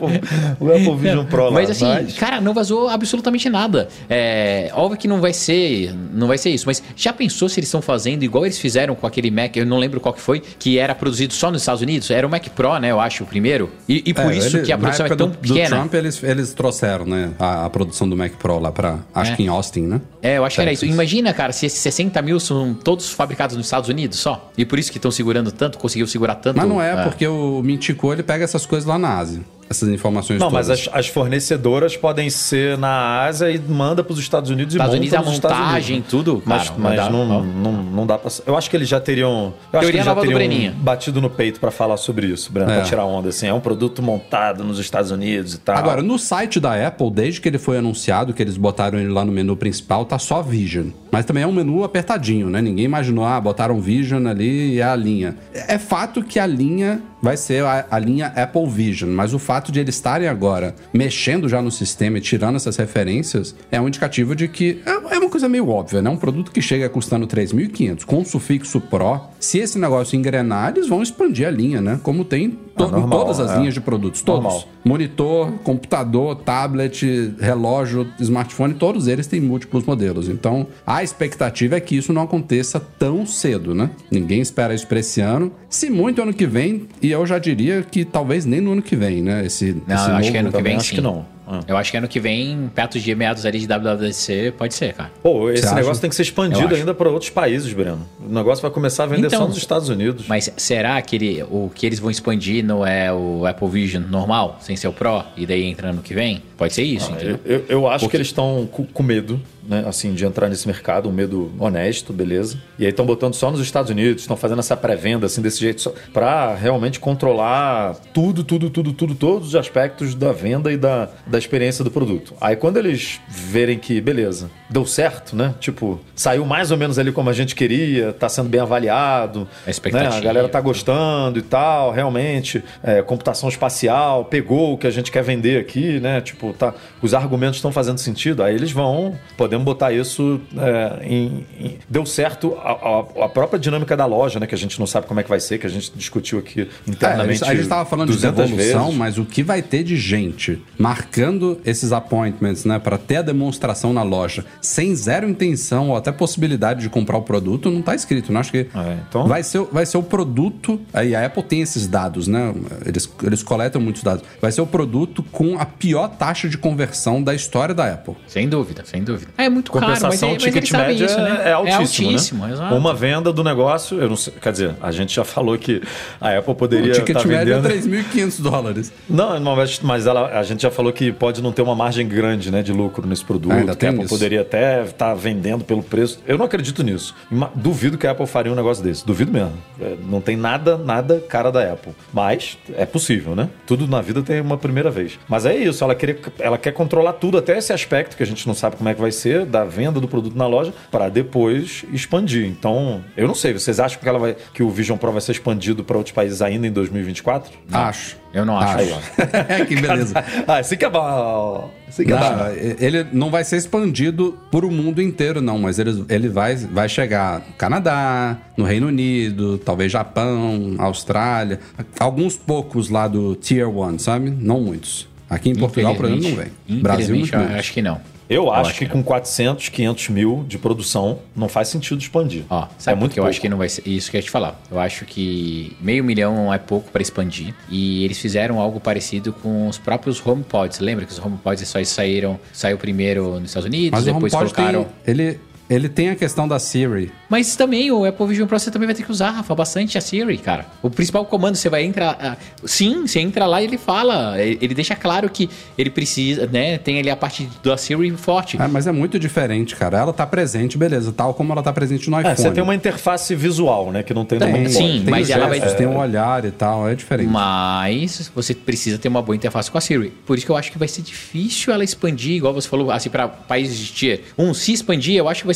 o Apple Vision Pro lá. Mas assim, cara, não vazou absolutamente nada. Óbvio que não vai ser isso, mas já pensou se eles estão fazendo igual eles fizeram com aquele Mac, eu não lembro qual que foi, que era produzido só nos Estados Unidos? Era o Mac Pro, né, eu acho, o primeiro. E por isso que a produção é tão pequena. Do Trump, eles trouxeram, né, a produção do Mac Pro lá pra, acho que em Austin, né? Eu acho que era isso. Imagina, cara, se esses 60 mil são todos fabricados nos Estados Unidos só. E por isso que estão segurando tanto, conseguiu segurar tanto. Mas não porque o Mintico, ele pega essas coisas lá na Ásia. Essas informações não, todas. mas as fornecedoras podem ser na Ásia e manda para os Estados Unidos e monta nos Estados Unidos. A montagem, tudo, cara. Mas não dá pra... Eu acho que eles já teriam... batido no peito para falar sobre isso, Breno, para tirar onda. Assim, é um produto montado nos Estados Unidos e tal. Agora, no site da Apple, desde que ele foi anunciado, que eles botaram ele lá no menu principal, tá só Vision. Mas também é um menu apertadinho, né? Ninguém imaginou, botaram Vision ali e é a linha. É fato que a linha vai ser a linha Apple Vision, mas o fato de eles estarem agora mexendo já no sistema e tirando essas referências é um indicativo de que é uma coisa meio óbvia, né? Um produto que chega custando R$3.500 com o sufixo Pro, se esse negócio engrenar, eles vão expandir a linha, né? Como tem em todas as linhas de produtos, todos. Normal. Monitor, computador, tablet, relógio, smartphone, todos eles têm múltiplos modelos. Então, a expectativa é que isso não aconteça tão cedo, né? Ninguém espera isso para esse ano. Se muito ano que vem, e eu já diria que talvez nem no ano que vem, né? Eu acho que ano que vem acho sim. Que não. Eu acho que ano que vem, perto de meados ali de WWDC, pode ser, cara. Pô, esse negócio tem que ser expandido ainda para outros países, Breno. O negócio vai começar a vender só nos Estados Unidos. Mas será que o que eles vão expandir não é o Apple Vision normal, sem ser o Pro, e daí entra ano que vem? Pode ser isso, entendeu? Eu acho que eles estão com medo, né, assim, de entrar nesse mercado, um medo honesto, beleza. E aí estão botando só nos Estados Unidos, estão fazendo essa pré-venda, assim, desse jeito, para realmente controlar todos os aspectos da venda e da experiência do produto. Aí quando eles verem que, beleza, deu certo, né? Tipo, saiu mais ou menos ali como a gente queria, tá sendo bem avaliado, né? A galera tá gostando e tal, realmente, computação espacial, pegou o que a gente quer vender aqui, né? Tipo, os argumentos estão fazendo sentido, aí eles podemos botar isso deu certo a própria dinâmica da loja, né? Que a gente não sabe como é que vai ser, que a gente discutiu aqui internamente. A gente estava falando de devolução, mas o que vai ter de gente marcando esses appointments, né, para ter a demonstração na loja, sem zero intenção ou até possibilidade de comprar o produto, não está escrito, né? Acho que então... vai ser o produto, aí a Apple tem esses dados, né? Eles coletam muitos dados. Vai ser o produto com a pior taxa de conversão da história da Apple. Sem dúvida. É muito caro, mas o ticket médio isso, né? é altíssimo, né? Exato. Uma venda do negócio, eu não sei, quer dizer, a gente já falou que a Apple poderia estar vendendo... O ticket médio é $3.500. Não, mas a gente já falou que pode não ter uma margem grande, né, de lucro nesse produto, que a Apple poderia até estar vendendo pelo preço. Eu não acredito nisso. Duvido que a Apple faria um negócio desse. Duvido mesmo. Não tem nada cara da Apple. Mas é possível, né? Tudo na vida tem uma primeira vez. Mas é isso, ela quer controlar tudo, até esse aspecto que a gente não sabe como é que vai ser, da venda do produto na loja, para depois expandir. Então, eu não sei. Vocês acham que o Vision Pro vai ser expandido para outros países ainda em 2024? Não. Acho. Eu não acho. Que beleza. Esse que é bom. Ele não vai ser expandido por o mundo inteiro, não. Mas ele vai chegar no Canadá, no Reino Unido, talvez Japão, Austrália. Alguns poucos lá do Tier 1, sabe? Não muitos. Aqui em Portugal, por exemplo, não vem. Brasil, muito menos. Acho que não. Eu acho que com 400, 500 mil de produção não faz sentido expandir. Sabe muito que eu acho que não vai ser isso que eu ia te falar. Eu acho que 500 mil é pouco para expandir. E eles fizeram algo parecido com os próprios HomePods. Lembra que os HomePods só saiu primeiro nos Estados Unidos, mas depois colocaram... Ele tem a questão da Siri. Mas também o Apple Vision Pro você também vai ter que usar, Rafa, bastante a Siri, cara. O principal comando, você vai entrar... Sim, você entra lá e ele fala. Ele deixa claro que ele precisa, né? Tem ali a parte da Siri forte. Mas é muito diferente, cara. Ela tá presente, beleza. Tal como ela tá presente no iPhone. Você tem uma interface visual, né? Que não tem no HomePod. Sim, mas ela vai... Tem um olhar e tal, é diferente. Mas você precisa ter uma boa interface com a Siri. Por isso que eu acho que vai ser difícil ela expandir, igual você falou, assim, para países de Tier 1. Se expandir, eu acho que vai ser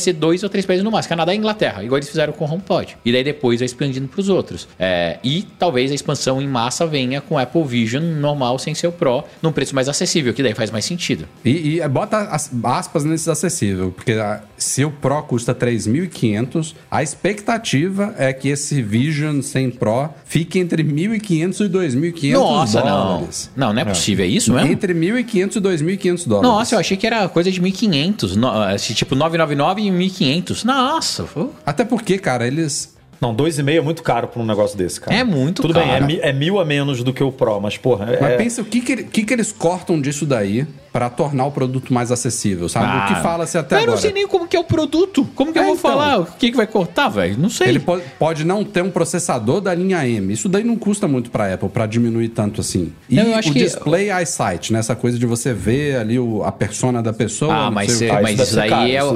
ser 2 ou 3 países no máximo, Canadá e Inglaterra, igual eles fizeram com o HomePod. E daí depois vai expandindo pros outros. E talvez a expansão em massa venha com o Apple Vision normal, sem ser o Pro, num preço mais acessível, que daí faz mais sentido. E bota aspas nesse acessível, porque se o Pro custa 3.500, a expectativa é que esse Vision sem Pro fique entre 1.500 e 2.500 Nossa, dólares. Não é possível, é isso mesmo? Entre 1.500 e 2.500 dólares. Nossa, eu achei que era coisa de 1.500, tipo 999 e 1.500. Nossa, pô. Até porque, cara, eles... Não, 2,5 é muito caro pra um negócio desse, cara. É muito Tudo caro. Tudo bem, é 1.000 a menos do que o Pro, mas porra... Mas pensa o que eles cortam disso daí pra tornar o produto mais acessível, sabe? O que fala-se até agora. Eu não sei nem como que é o produto. Como que eu vou falar? O que vai cortar, velho? Não sei. Ele pode não ter um processador da linha M. Isso daí não custa muito pra Apple, pra diminuir tanto assim. E eu acho o que... display eyesight, né? Essa coisa de você ver ali a persona da pessoa. Mas isso daí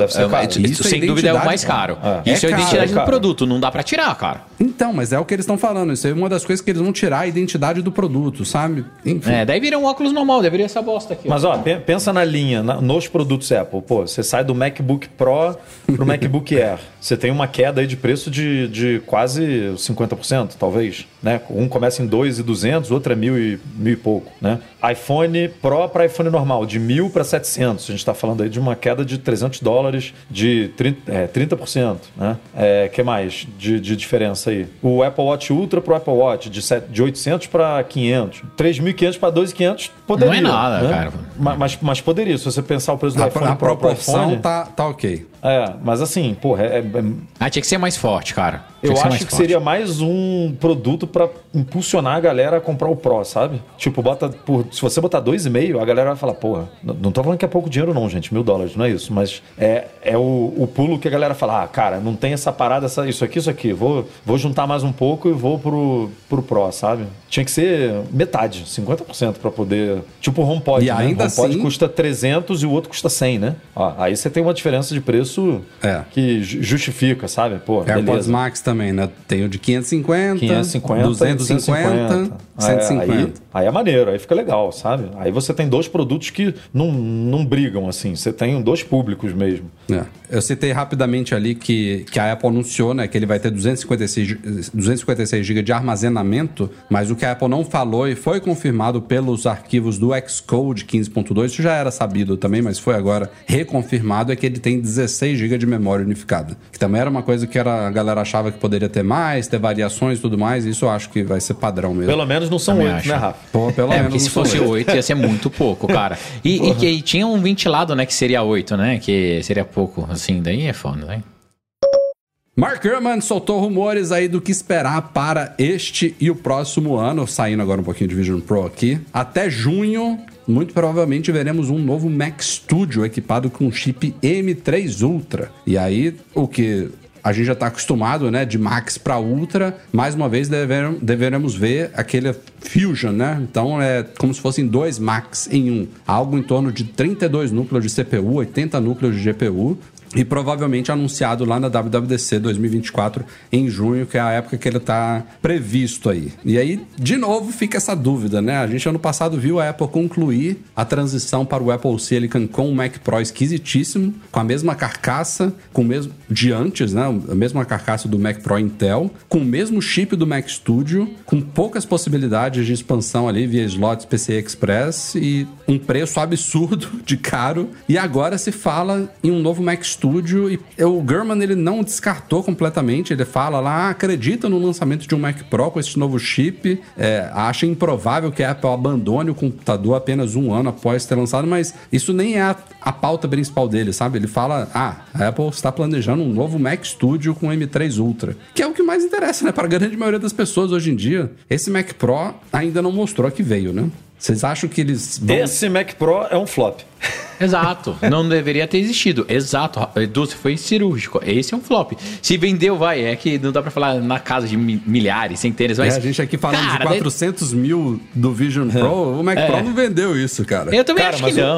isso sem dúvida é o mais caro. Isso é a identidade do produto, não dá pra tirar, cara. Então, mas é o que eles estão falando. Isso é uma das coisas que eles vão tirar a identidade do produto, sabe? Enfim. Daí vira um óculos normal, deveria essa bosta aqui. Mas ó, pensa na linha, nos produtos Apple. Pô, você sai do MacBook Pro pro MacBook Air. Você tem uma queda aí de preço de quase 50%, talvez, né? Um começa em 2.200, o outro é 1.000 e pouco, né? iPhone Pro para iPhone normal, de 1.000 para 700. A gente está falando aí de uma queda de $300, de 30%, né? Que mais de diferença aí? O Apple Watch Ultra pro Apple Watch, de 800 para 500. 3.500 para 2.500, poderia. Não é nada, né? cara. Mas poderia, se você pensar o preço do iPhone A Pro proporção iPhone, tá ok. Mas assim, porra, tinha que ser mais forte, cara. Eu acho que seria mais um produto pra impulsionar a galera a comprar o Pro, sabe? Tipo, se você botar 2,5, a galera vai falar, porra, não tô falando que é pouco dinheiro não, gente, $1.000, não é isso, mas é o pulo que a galera fala, cara, não tem essa parada, isso aqui, vou juntar mais um pouco e vou pro Pro, sabe? Tinha que ser metade, 50% pra poder, tipo o HomePod, e ainda o HomePod assim... custa 300 e o outro custa 100, né? Aí você tem uma diferença de preço que justifica, sabe? Pô, AirPods Max também, né? Tem o de 550, 250, 150. Aí é maneiro, aí fica legal, sabe? Aí você tem dois produtos que não brigam, assim. Você tem dois públicos mesmo. Eu citei rapidamente ali que a Apple anunciou, né, que ele vai ter 256 GB de armazenamento, mas o que a Apple não falou e foi confirmado pelos arquivos do Xcode 15.2, isso já era sabido também, mas foi agora reconfirmado, é que ele tem 16 GB de memória unificada. Que também era uma coisa que a galera achava que poderia ter mais, ter variações e tudo mais, e isso eu acho que vai ser padrão mesmo. Pelo menos não são 8, né, Rafa? Pelo menos porque se fosse 8 ia ser muito pouco, cara. E tinha um ventilado, né, que seria 8, né, que seria pouco, assim, daí é foda, né? Mark Gurman soltou rumores aí do que esperar para este e o próximo ano, saindo agora um pouquinho de Vision Pro aqui. Até junho, muito provavelmente veremos um novo Mac Studio equipado com chip M3 Ultra. E aí, o que a gente já está acostumado, né, de Max para Ultra, mais uma vez deveremos ver aquele Fusion, né? Então é como se fossem 2 Max em um. Algo em torno de 32 núcleos de CPU, 80 núcleos de GPU. E provavelmente anunciado lá na WWDC 2024 em junho, que é a época que ele está previsto aí. E aí, de novo, fica essa dúvida, né? A gente ano passado viu a Apple concluir a transição para o Apple Silicon com o Mac Pro esquisitíssimo, com a mesma carcaça, com o mesmo de antes, né? A mesma carcaça do Mac Pro Intel, com o mesmo chip do Mac Studio, com poucas possibilidades de expansão ali via slots PCI Express e um preço absurdo de caro. E agora se fala em um novo Mac Studio e o Gurman ele não descartou completamente, ele fala lá, acredita no lançamento de um Mac Pro com esse novo chip, acha improvável que a Apple abandone o computador apenas um ano após ter lançado, mas isso nem é a pauta principal dele, sabe? Ele fala, a Apple está planejando um novo Mac Studio com M3 Ultra, que é o que mais interessa, né? Para a grande maioria das pessoas hoje em dia. Esse Mac Pro ainda não mostrou que veio, né? Vocês acham que eles vão... Esse Mac Pro é um flop. Exato. Não deveria ter existido. Exato. Edu, foi cirúrgico. Esse é um flop. Se vendeu, é que não dá pra falar na casa de milhares, centenas, mas... a gente aqui falando de 400 mil do Vision Pro, o Mac Pro não vendeu isso, cara. Eu também acho que não.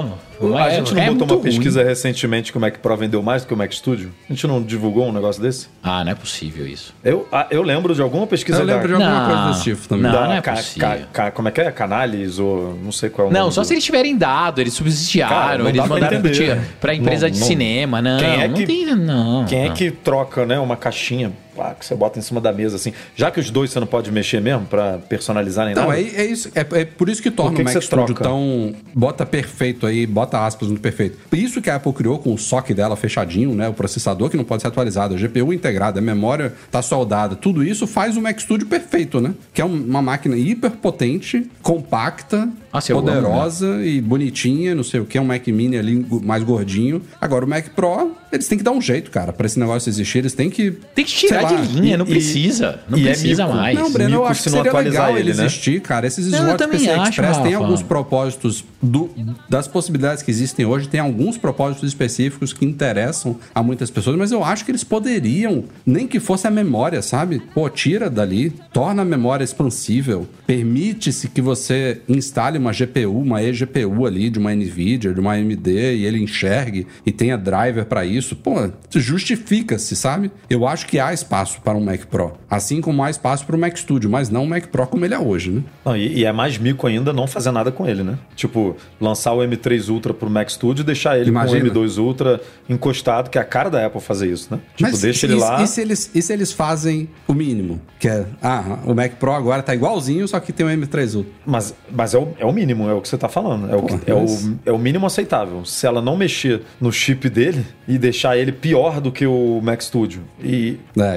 A gente não botou muito uma pesquisa ruim. recentemente que o Mac Pro vendeu mais do que o Mac Studio? A gente não divulgou um negócio desse? Ah, não é possível isso. Eu lembro de alguma pesquisa Eu lembro de alguma coisa desse tipo também. Não é possível. Como é que é? Canales ou não sei qual é o Não, nome. só se eles tiverem dado, eles subsidiaram, Cara, não eles dá pra mandaram entender. pra empresa de cinema. Não, Quem é não que- tem, não. Quem é não. que troca, né, uma caixinha que você bota em cima da mesa, assim? Já que os dois você não pode mexer mesmo pra personalizar nem Não, nada? é isso. É por isso que torna Por que o que Mac você Studio troca? tão. Bota perfeito aí, bota aspas no perfeito. Isso que a Apple criou com o SoC dela fechadinho, né? O processador que não pode ser atualizado, a GPU integrada, a memória tá soldada. Tudo isso faz o Mac Studio perfeito, né? Que é uma máquina hiper potente, compacta, Nossa, eu amo, poderosa e bonitinha, não sei o que. É um Mac Mini ali mais gordinho. Agora, o Mac Pro, eles têm que dar um jeito, cara, pra esse negócio existir. Eles têm que. Tem que tirar sei lá, de linha, não e- precisa. Não e é precisa mico. mais. Não, Breno, eu mico acho que se não seria atualizar legal ele, ele né? existir, cara. Esses Não, eu slots também PCI acho, Express tem Rafa. alguns propósitos das possibilidades que existem hoje, tem alguns propósitos específicos que interessam a muitas pessoas, mas eu acho que eles poderiam, nem que fosse a memória, sabe? Pô, tira dali, torna a memória expansível, permite-se que você instale uma GPU, uma eGPU ali de uma NVIDIA, de uma AMD e ele enxergue e tenha driver pra isso. Pô, justifica-se, sabe? Eu acho que há espaço para um Mac Pro, assim como há espaço para o Mac Studio, mas não o Mac Pro como ele é hoje, né? Não, e é mais mico ainda não fazer nada com ele, né? Tipo, lançar o M3 Ultra pro Mac Studio e deixar ele Imagina. com o M2 Ultra encostado, que é a cara da Apple fazer isso, né? Tipo, Mas deixa ele lá... E se eles fazem o mínimo? Que é, o Mac Pro agora tá igualzinho, só que tem o M3 Ultra. Mas é o mínimo, é o que você tá falando. É o mínimo aceitável. Se ela não mexer no chip dele e deixar ele pior do que o Mac Studio. E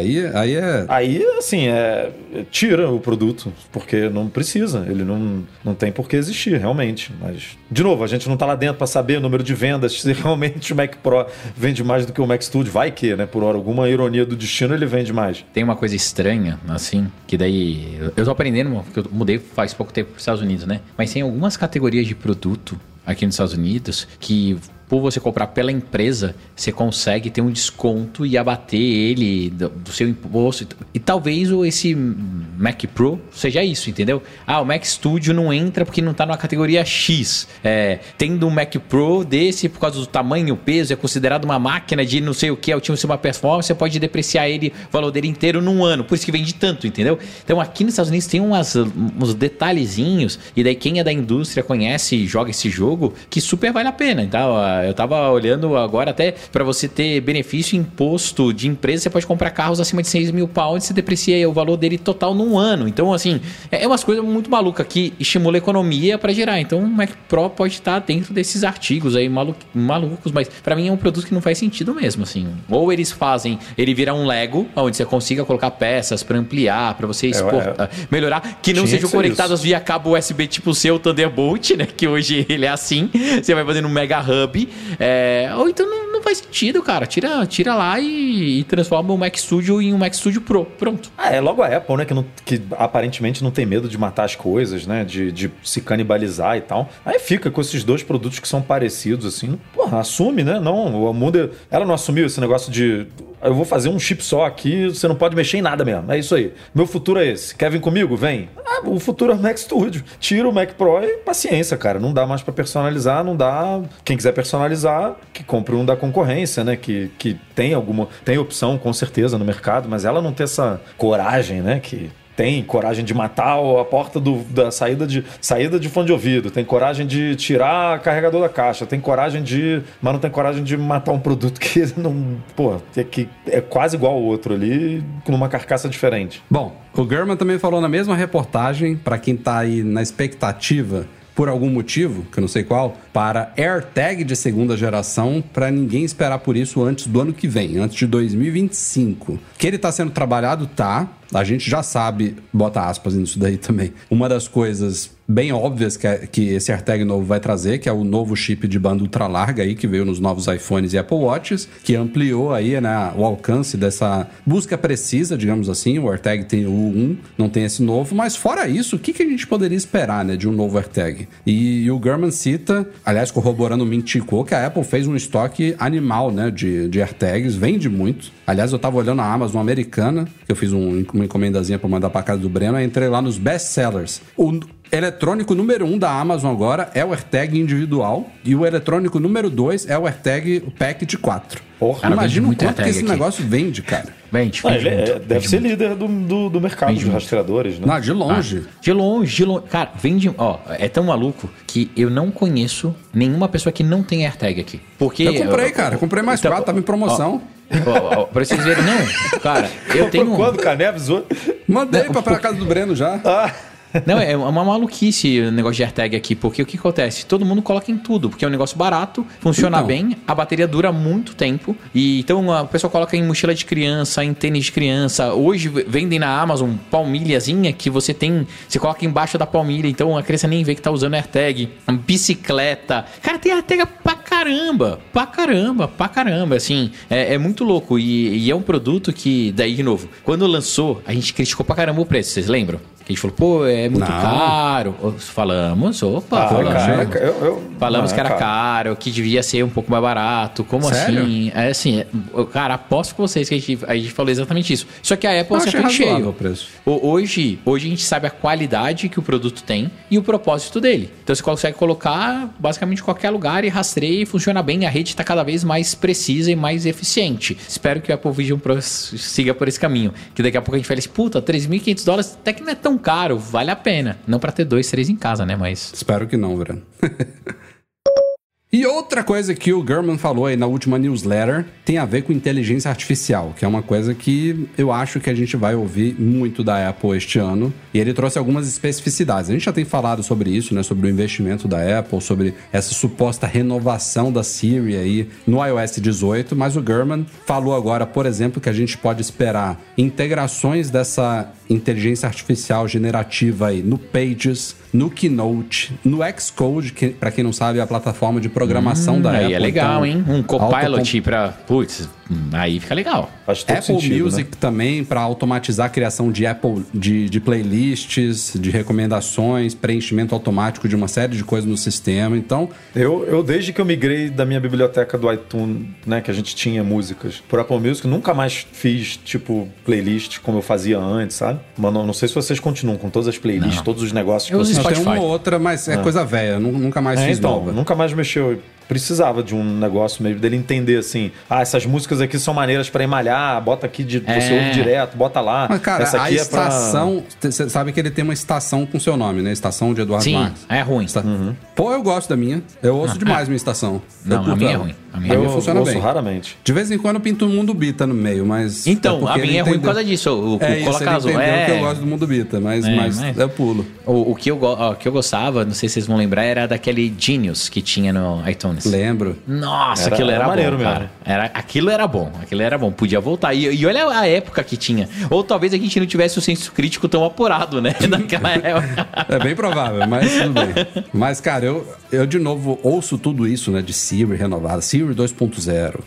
Aí é... aí, assim, tira o produto, porque não precisa. Ele não tem por que existir, realmente. Mas, de novo, a gente não tá lá dentro pra saber o número de vendas, se realmente o Mac Pro vende mais do que o Mac Studio. Vai que, né? Por alguma ironia do destino, ele vende mais. Tem uma coisa estranha, assim, que daí... Eu tô aprendendo, porque eu mudei faz pouco tempo para os Estados Unidos, né? Mas tem algumas categorias de produto aqui nos Estados Unidos que... Por você comprar pela empresa, você consegue ter um desconto e abater ele do seu imposto. E talvez esse Mac Pro seja isso, entendeu? O Mac Studio não entra porque não está numa categoria X. Tendo um Mac Pro desse, por causa do tamanho, o peso, é considerado uma máquina de não sei o que, é o time uma performance, você pode depreciar ele, o valor dele inteiro num ano. Por isso que vende tanto, entendeu? Então aqui nos Estados Unidos tem uns detalhezinhos, e daí quem é da indústria conhece e joga esse jogo, que super vale a pena. Então, eu tava olhando agora até para você ter benefício imposto de empresa, você pode comprar carros acima de 6 mil pounds, você deprecia o valor dele total num ano. Então, assim, é umas coisas muito malucas que estimula a economia para gerar. Então, o Mac Pro pode estar dentro desses artigos aí malucos, mas para mim é um produto que não faz sentido mesmo, assim. Ou eles fazem ele virar um Lego, onde você consiga colocar peças para ampliar, para você exportar, melhorar, que não Tinha sejam que ser conectadas via cabo USB tipo o seu Thunderbolt, né? Que hoje ele é assim. Você vai fazendo um Mega Hub. Ou então não faz sentido, cara. Tira lá e transforma o Mac Studio em um Mac Studio Pro. Pronto. É logo a Apple, né? Que aparentemente não tem medo de matar as coisas, né? De se canibalizar e tal. Aí fica com esses dois produtos que são parecidos, assim. Porra, assume, né? Não, o mundo... Ela não assumiu esse negócio de... Eu vou fazer um chip só aqui, você não pode mexer em nada mesmo. É isso aí. Meu futuro é esse. Quer vir comigo? Vem. O futuro é o Mac Studio. Tira o Mac Pro e paciência, cara. Não dá mais pra personalizar, não dá... Quem quiser personalizar, que compre um da concorrência, né? Que tem opção, com certeza, no mercado, mas ela não tem essa coragem, né? Que... Tem coragem de matar a porta da saída de fone de ouvido. Tem coragem de tirar carregador da caixa. Tem coragem mas não tem coragem de matar um produto que não... Pô, que é quase igual ao outro ali, com uma carcaça diferente. Bom, o Gurman também falou na mesma reportagem, para quem tá aí na expectativa, por algum motivo, que eu não sei qual, para AirTag de segunda geração, para ninguém esperar por isso antes do ano que vem, antes de 2025. Que ele tá sendo trabalhado, tá. A gente já sabe, bota aspas nisso daí também, uma das coisas bem óbvias que esse AirTag novo vai trazer, que é o novo chip de banda ultra larga aí, que veio nos novos iPhones e Apple Watches, que ampliou aí, né, o alcance dessa busca precisa, digamos assim. O AirTag tem o 1, não tem esse novo, mas fora isso, o que a gente poderia esperar, né, de um novo AirTag? E o Gurman cita, aliás, corroborando o Mintico, que a Apple fez um estoque animal, né, de AirTags, vende muito. Aliás, eu tava olhando a Amazon americana, que eu fiz uma encomendazinha pra mandar pra casa do Breno, aí entrei lá nos best sellers. eletrônico número 1 da Amazon agora é o AirTag individual e o eletrônico número 2 é o AirTag Packet 4. Porra, Cara, imagina o vende muito quanto que AirTag esse aqui. negócio vende, cara. Vende Ele muito, deve vende ser muito. líder do mercado Vende de muito. rastreadores, né? Não, de longe. De longe. Cara, vende. Ó, é tão maluco que eu não conheço nenhuma pessoa que não tem AirTag aqui. Porque. Eu comprei, cara. Comprei mais Então, 4, tava em promoção. Ó, pra vocês verem, não. Cara, eu tenho. Quando o Cané avisou? Mandei pra casa do Breno já. Não, é uma maluquice o negócio de AirTag aqui, porque o que acontece? Todo mundo coloca em tudo, porque é um negócio barato, funciona Então. bem, a bateria dura muito tempo, e então a pessoa coloca em mochila de criança, em tênis de criança. Hoje vendem na Amazon palmilhazinha que você coloca embaixo da palmilha, então a criança nem vê que tá usando AirTag. Bicicleta. Cara, tem AirTag pra caramba, assim, é muito louco, e é um produto que, daí de novo, quando lançou, a gente criticou pra caramba o preço, vocês lembram? Que a gente falou, pô, é muito Não. caro. Falamos, falamos que era caro, que devia ser um pouco mais barato. Como Sério? assim? É assim, cara, aposto com vocês que a gente falou exatamente isso. Só que a Apple Eu achei acertou em razoável cheio. o preço. Hoje a gente sabe a qualidade que o produto tem e o propósito dele. Então você consegue colocar basicamente em qualquer lugar e rastreia e funciona bem. A rede está cada vez mais precisa e mais eficiente. Espero que o Apple Vision Pro siga por esse caminho. Que daqui a pouco a gente fala assim, puta, $3.500 até que não é tão caro, vale a pena. Não para ter 2, 3 em casa, né? Mas Espero que não, Breno. E outra coisa que o Gurman falou aí na última newsletter tem a ver com inteligência artificial, que é uma coisa que eu acho que a gente vai ouvir muito da Apple este ano. E ele trouxe algumas especificidades. A gente já tem falado sobre isso, né? Sobre o investimento da Apple, sobre essa suposta renovação da Siri aí no iOS 18. Mas o Gurman falou agora, por exemplo, que a gente pode esperar integrações dessa inteligência artificial generativa aí no Pages, no Keynote, no Xcode, que para quem não sabe é a plataforma de programação da Apple. aí é legal, então, hein? Um Copilot pra... Putz, aí fica legal. Faz todo Apple sentido, Music né? também para automatizar a criação de de playlists, de recomendações, preenchimento automático de uma série de coisas no sistema. Então, Eu desde que eu migrei da minha biblioteca do iTunes, né, que a gente tinha músicas, por Apple Music, nunca mais fiz, tipo, playlist como eu fazia antes, sabe? Mas não sei se vocês continuam com todas as playlists, todos os negócios que Eu vocês... não, tem Spotify. uma ou outra, mas é coisa velha. Nunca mais fiz então, nova. nunca mais mexeu. Precisava de um negócio meio dele entender assim, essas músicas aqui são maneiras pra emalhar, bota aqui, você ouve direto, bota lá. Mas, cara, essa a aqui estação... Você sabe que ele tem uma estação com seu nome, né? Estação de Eduardo Sim, Marques. é ruim. Pô, eu gosto da minha. Eu ouço demais minha estação. Não, Eu curto a minha é ela. ruim. A A minha minha eu funciona ouço bem. raramente. De vez em quando eu pinto o Mundo Bita no meio, mas... Então, porque a minha ele é ruim por entendeu. causa disso. O É isso, coloca ele azul. entendeu que eu gosto do Mundo Bita, mas eu pulo. O que eu gostava, não sei se vocês vão lembrar, era daquele Genius que tinha no iTunes. Lembro. Nossa, Era aquilo era maneiro bom, mesmo. cara. Aquilo era bom. Podia voltar. E olha a época que tinha. Ou talvez a gente não tivesse o senso crítico tão apurado, né? Naquela época. É bem provável, mas tudo bem. Mas, cara, eu de novo ouço tudo isso, né? De Siri renovada, Siri 2.0,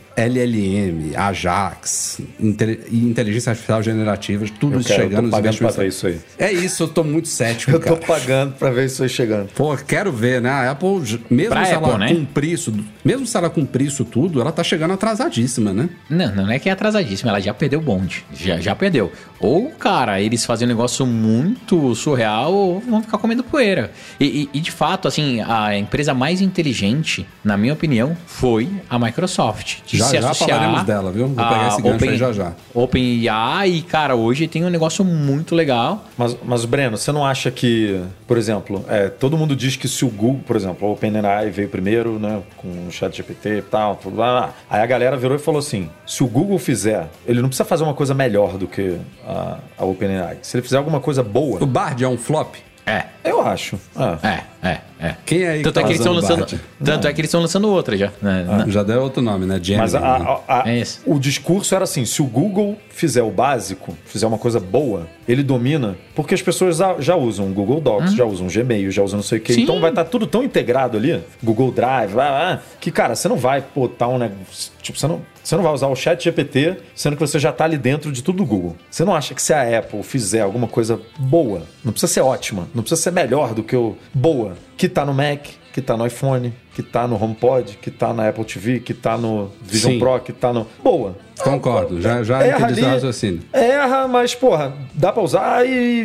LLM, Ajax, e inteligência artificial generativa, tudo isso chegando. Eu tô pagando pra ver investimentos. isso aí. É isso, eu tô muito cético, Eu tô cara. pagando pra ver isso aí chegando. Pô, quero ver, né? A Apple, mesmo Pra se Apple, ela né? cumprir isso, mesmo se ela cumprir isso tudo, ela tá chegando atrasadíssima, né? Não é que é atrasadíssima, ela já perdeu o bonde. Já perdeu. Ou, cara, eles fazem um negócio muito surreal ou vão ficar comendo poeira. E de fato, assim, a empresa mais inteligente, na minha opinião, foi a Microsoft. De Já se já associar falaremos dela, viu? Vou pegar a esse gancho aí já já. OpenAI, e, cara, hoje tem um negócio muito legal. Mas, Breno, você não acha que, por exemplo, todo mundo diz que se o Google, por exemplo, a OpenAI veio primeiro, né, com o ChatGPT e tal, blá, blá. Aí a galera virou e falou assim, se o Google fizer, ele não precisa fazer uma coisa melhor do que a OpenAI. Se ele fizer alguma coisa boa, O Bard é um flop? eu acho. Quem é aí Tanto que é que eles estão usando lançando. Bard? Tanto é que eles estão lançando outra já. Já deu outro nome, né? Gemini, Mas né? É isso. o discurso era assim, se o Google fizer o básico, fizer uma coisa boa, ele domina, porque as pessoas já usam o Google Docs, já usam o Gmail, já usam não sei o quê. Sim. Então vai estar tudo tão integrado ali, Google Drive, que, cara, você não vai botar um negócio... Tipo, você não vai usar o ChatGPT, sendo que você já está ali dentro de tudo do Google. Você não acha que se a Apple fizer alguma coisa boa, não precisa ser ótima, não precisa ser melhor do que o boa, que está no Mac, que está no iPhone, que tá no HomePod, que tá na Apple TV, que tá no Vision Sim. Pro, que tá no... Boa. Concordo, já Erra entendi seu raciocínio. Erra, mas, porra, dá pra usar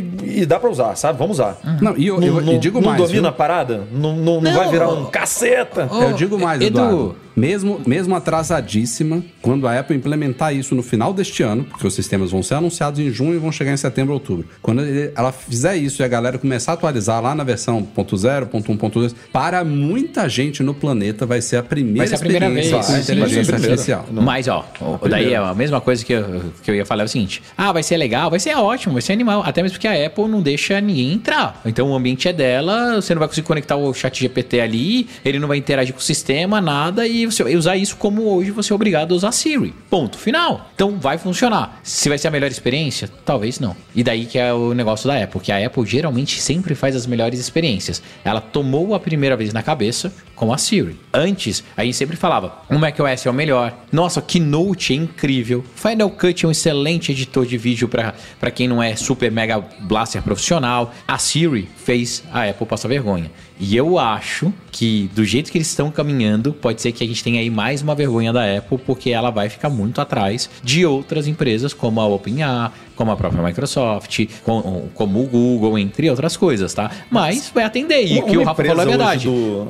e dá pra usar, sabe? Vamos usar. Não, e eu digo mais, Não domina viu? a parada? Não vai virar um caceta? Eu digo mais, Edu. Eduardo. Mesmo atrasadíssima, quando a Apple implementar isso no final deste ano, porque os sistemas vão ser anunciados em junho e vão chegar em setembro, outubro. Quando ela fizer isso e a galera começar a atualizar lá na versão 0.0, 1.2, para muita gente no planeta vai ser a primeira vez. experiência com inteligência artificial. Mas, ó, daí é a mesma coisa que eu ia falar, é o seguinte: vai ser legal, vai ser ótimo, vai ser animal. Até mesmo porque a Apple não deixa ninguém entrar. Então o ambiente é dela, você não vai conseguir conectar o chat GPT ali, ele não vai interagir com o sistema, nada, e você vai usar isso como hoje você é obrigado a usar Siri. Ponto final. Então vai funcionar. Se vai ser a melhor experiência? Talvez não. E daí que é o negócio da Apple, que a Apple geralmente sempre faz as melhores experiências. Ela tomou a primeira vez na cabeça com a Siri. Antes, a gente sempre falava, o macOS é o melhor. Nossa, Keynote é incrível. Final Cut é um excelente editor de vídeo para quem não é super mega blaster profissional. A Siri fez a Apple passar vergonha. E eu acho que do jeito que eles estão caminhando, pode ser que a gente tenha aí mais uma vergonha da Apple, porque ela vai ficar muito atrás de outras empresas como a OpenAI, como a própria Microsoft, como o Google, entre outras coisas, tá? Mas vai atender. E o que o Rafa falou é verdade.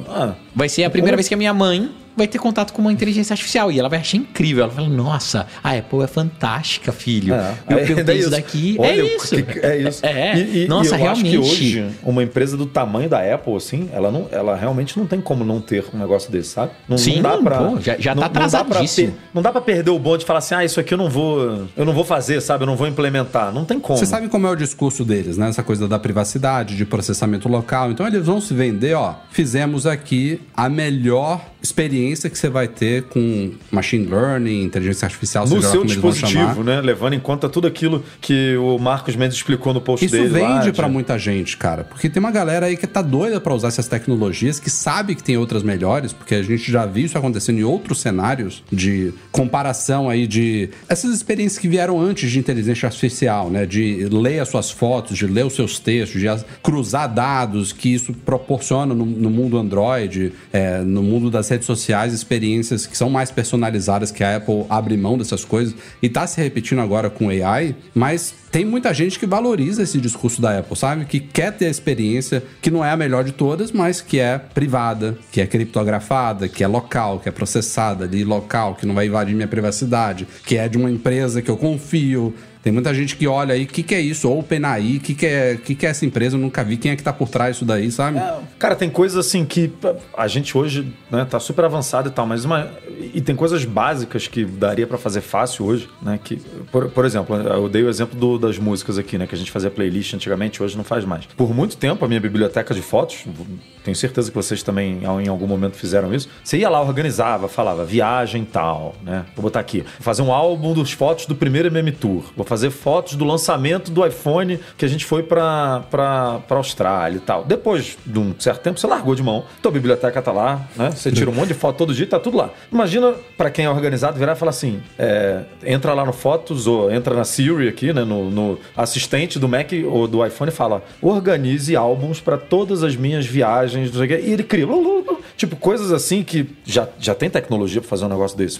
Vai ser a primeira vez que a minha mãe vai ter contato com uma inteligência artificial e ela vai achar incrível. Ela fala, nossa, a Apple é fantástica, filho. Eu perguntei isso daqui. Olha, isso. É isso. Nossa, eu realmente. Acho que hoje, uma empresa do tamanho da Apple, assim, ela realmente não tem como não ter um negócio desse, sabe? Sim, não dá pra, já tá atrasadíssimo. Não dá pra perder o bonde e falar assim, isso aqui eu não vou fazer, sabe? Eu não vou implementar. Não tem como. Você sabe como é o discurso deles, né? Essa coisa da privacidade, de processamento local. Então eles vão se vender, fizemos aqui a melhor experiência que você vai ter com machine learning, inteligência artificial, no seu dispositivo, né? Levando em conta tudo aquilo que o Marcos Mendes explicou no post dele. Isso vende pra muita gente, cara. Porque tem uma galera aí que tá doida pra usar essas tecnologias, que sabe que tem outras melhores, porque a gente já viu isso acontecendo em outros cenários de comparação aí de essas experiências que vieram antes de inteligência artificial, né? De ler as suas fotos, de ler os seus textos, de cruzar dados, que isso proporciona no mundo Android, no mundo das redes sociais, experiências que são mais personalizadas, que a Apple abre mão dessas coisas e tá se repetindo agora com AI, mas tem muita gente que valoriza esse discurso da Apple, sabe? Que quer ter a experiência que não é a melhor de todas, mas que é privada, que é criptografada, que é local, que é processada ali local, que não vai invadir minha privacidade, que é de uma empresa que eu confio. Tem muita gente que olha aí, o que é isso? OpenAI, o que é essa empresa? Eu nunca vi quem é que tá por trás disso daí, sabe? Cara, tem coisas assim que a gente hoje, né, tá super avançado e tal, mas e tem coisas básicas que daria pra fazer fácil hoje, né? Que, por exemplo, eu dei o exemplo das músicas aqui, né? Que a gente fazia playlist antigamente, hoje não faz mais. Por muito tempo, a minha biblioteca de fotos, tenho certeza que vocês também em algum momento fizeram isso, você ia lá, organizava, falava viagem tal, né? Vou botar aqui, vou fazer um álbum dos fotos do primeiro MM Tour, vou fazer fotos do lançamento do iPhone que a gente foi pra Austrália e tal. Depois de um certo tempo, você largou de mão, tua biblioteca tá lá, né? Você tira um monte de foto todo dia, tá tudo lá. Imagina, pra quem é organizado, virar e falar assim, entra lá no Fotos, ou entra na Siri aqui, né? No assistente do Mac ou do iPhone e fala, organize álbuns pra todas as minhas viagens, não sei o quê, e ele cria, tipo, coisas assim que já tem tecnologia pra fazer um negócio desse.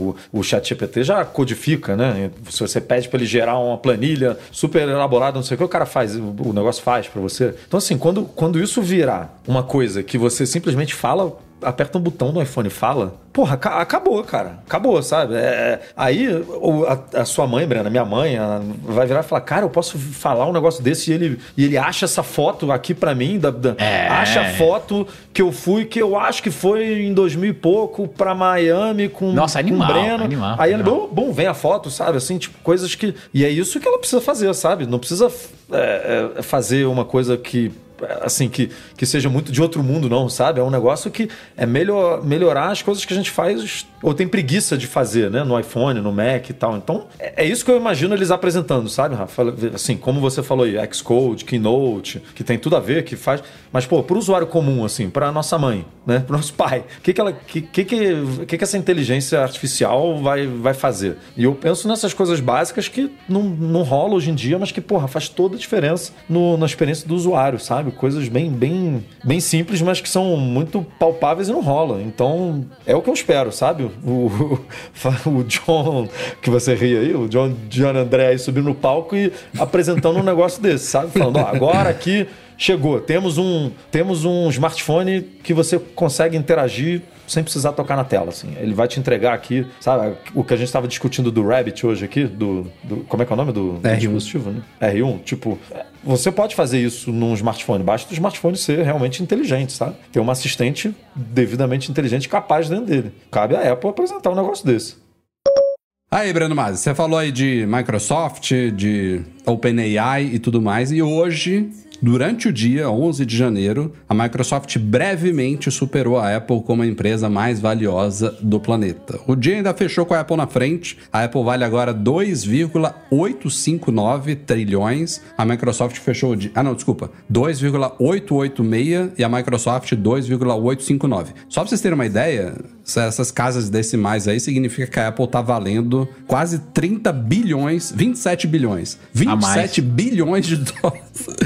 O ChatGPT já codifica, né? Se você pede pra ele gerar uma planilha super elaborada, não sei o que, o cara faz, o negócio faz pra você. Então, assim, quando isso virar uma coisa que você simplesmente fala, aperta um botão no iPhone e fala, porra, acabou, cara. Acabou, sabe? Aí a sua mãe, Brena, minha mãe, vai virar e falar, cara, eu posso falar um negócio desse e ele acha essa foto aqui pra mim, acha a foto que eu fui, que eu acho que foi em 2000 e pouco, pra Miami com animal, o Breno. Animal, aí ela, bom, vem a foto, sabe? Assim, tipo, coisas que... E é isso que ela precisa fazer, sabe? Não precisa fazer uma coisa que... assim, que seja muito de outro mundo, não, sabe? É um negócio que é melhorar as coisas que a gente faz ou tem preguiça de fazer, né? No iPhone, no Mac e tal. Então, é isso que eu imagino eles apresentando, sabe, Rafa? Assim, como você falou aí, Xcode, Keynote, que tem tudo a ver, que faz... Mas, pô, pro usuário comum, assim, pra nossa mãe, né? Pro nosso pai, o que essa inteligência artificial vai fazer? E eu penso nessas coisas básicas que não rola hoje em dia, mas que, porra, faz toda a diferença na experiência do usuário, sabe? sabe? Coisas bem simples, mas que são muito palpáveis e não rola. Então, é o que eu espero, sabe? O John, que você ri aí, o John André aí subindo no palco e apresentando um negócio desse, sabe? Falando, agora aqui chegou, temos um smartphone que você consegue interagir sem precisar tocar na tela, assim. Ele vai te entregar aqui, sabe? O que a gente estava discutindo do Rabbit hoje aqui, como é que é o nome do dispositivo, né? R1. Tipo, você pode fazer isso num smartphone. Basta o smartphone ser realmente inteligente, sabe? Ter um assistente devidamente inteligente capaz dentro dele. Cabe à Apple apresentar um negócio desse. Aí, Breno Masi, você falou aí de Microsoft, de OpenAI e tudo mais, e hoje, durante o dia 11 de janeiro, a Microsoft brevemente superou a Apple como a empresa mais valiosa do planeta. O dia ainda fechou com a Apple na frente, a Apple vale agora 2,859 trilhões, a Microsoft fechou o dia... 2,886 e a Microsoft 2,859. Só pra vocês terem uma ideia, essas casas decimais aí significa que a Apple tá valendo quase 30 bilhões, 27 bilhões. 27 bilhões de dólares.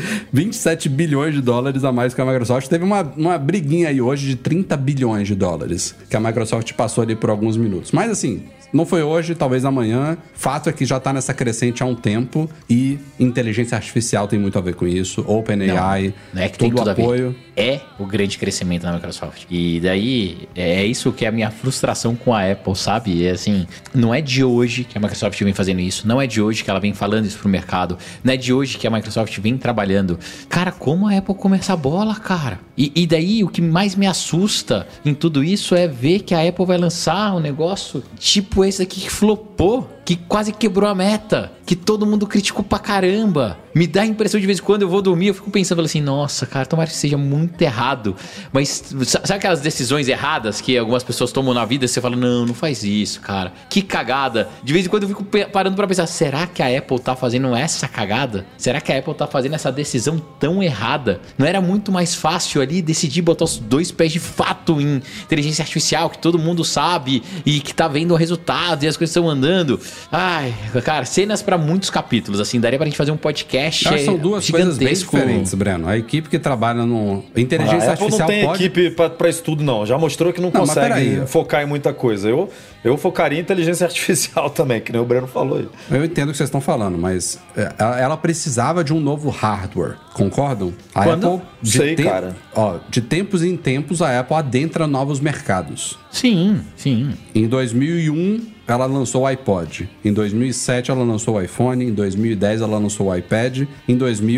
27 bilhões de dólares a mais que a Microsoft. Teve uma briguinha aí hoje de 30 bilhões de dólares que a Microsoft passou ali por alguns minutos. Mas assim, não foi hoje, talvez amanhã. Fato é que já tá nessa crescente há um tempo e inteligência artificial tem muito a ver com isso. OpenAI, não é que tem todo o tudo apoio. A ver. É o grande crescimento da Microsoft. E daí, é isso que é a minha frustração com a Apple, sabe? É assim, não é de hoje que a Microsoft vem fazendo isso, não é de hoje que ela vem falando isso pro mercado, não é de hoje que a Microsoft vem trabalhando. Cara, como a Apple come essa bola, cara? E daí, o que mais me assusta em tudo isso é ver que a Apple vai lançar um negócio tipo esse aqui que flopou, que quase quebrou a meta, que todo mundo criticou pra caramba. Me dá a impressão de vez em quando eu vou dormir, eu fico pensando assim, nossa, cara, tomara que seja muito errado. Mas sabe aquelas decisões erradas que algumas pessoas tomam na vida e você fala, não faz isso, cara. Que cagada. De vez em quando eu fico parando pra pensar, será que a Apple tá fazendo essa cagada? Será que a Apple tá fazendo essa decisão tão errada? Não era muito mais fácil ali decidir botar os dois pés de fato em inteligência artificial, que todo mundo sabe e que tá vendo o resultado e as coisas estão andando? Ai, cara, cenas pra muitos capítulos, assim, daria pra gente fazer um podcast. Acho que são duas coisas bem diferentes, Breno. A equipe que trabalha no... Inteligência artificial não tem equipe pra isso tudo, não. Já mostrou que não consegue focar em muita coisa. Eu focaria em inteligência artificial também, que nem o Breno falou aí. Eu entendo o que vocês estão falando, mas ela precisava de um novo hardware, concordam? A Quando? Apple, cara. De tempos em tempos, a Apple adentra novos mercados. Sim. Em 2001, ela lançou o iPod. Em 2007, ela lançou o iPhone. Em 2010, ela lançou o iPad. Em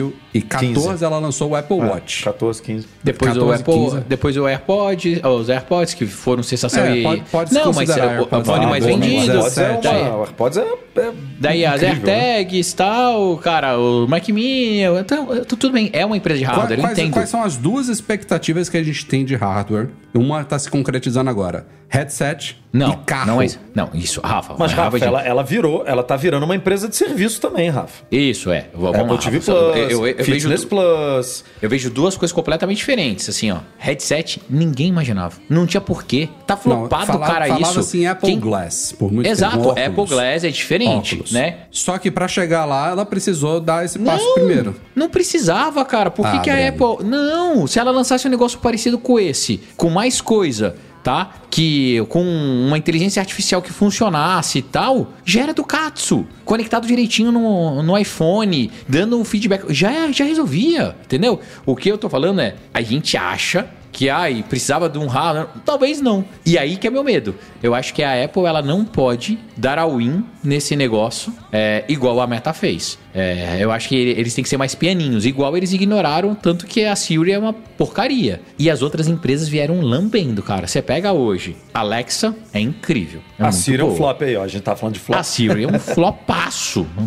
2014, 15. Ela lançou o Apple Watch. 14, 15. Depois 14, o Apple, 15. Depois o AirPod, os AirPods, que foram sensação pode não, mas o fone mais vendido. O AirPods daí as AirTags e tal, cara, o Mac Mini, então, tudo bem, é uma empresa de hardware, eu entendo. Quais são as duas expectativas que a gente tem de hardware? Uma tá se concretizando agora. Headset e carro. Não é isso. Não, isso, Rafa. Mas, Rafa, ela tá virando uma empresa de serviço também, Rafa. Isso, Vamos Apple lá, TV Rafa. Plus, Fitness Plus. Eu vejo duas coisas completamente diferentes, assim, ó. Headset, ninguém imaginava. Não tinha porquê. Tá flopado, cara, isso. Falava assim, Apple Glass, por muito tempo. Exato, Apple Glass é diferente, óculos, né? Só que pra chegar lá, ela precisou dar esse passo primeiro. Não precisava, cara. Por que a Apple... Não, se ela lançasse um negócio parecido com esse, com mais coisa... Tá? Que com uma inteligência artificial que funcionasse e tal, já era do Katsu. Conectado direitinho no iPhone, dando um feedback. Já resolvia, entendeu? O que eu tô falando é, a gente acha que precisava de um hardware. Talvez não. E aí que é meu medo. Eu acho que a Apple ela não pode dar all-in nesse negócio igual a Meta fez. Eu acho que eles têm que ser mais pianinhos. Igual eles ignoraram, tanto que a Siri é uma porcaria. E as outras empresas vieram lambendo, cara. Você pega hoje, Alexa é incrível. A Siri é um flop aí, ó. A gente tá falando de flop. A Siri é um flopaço. Um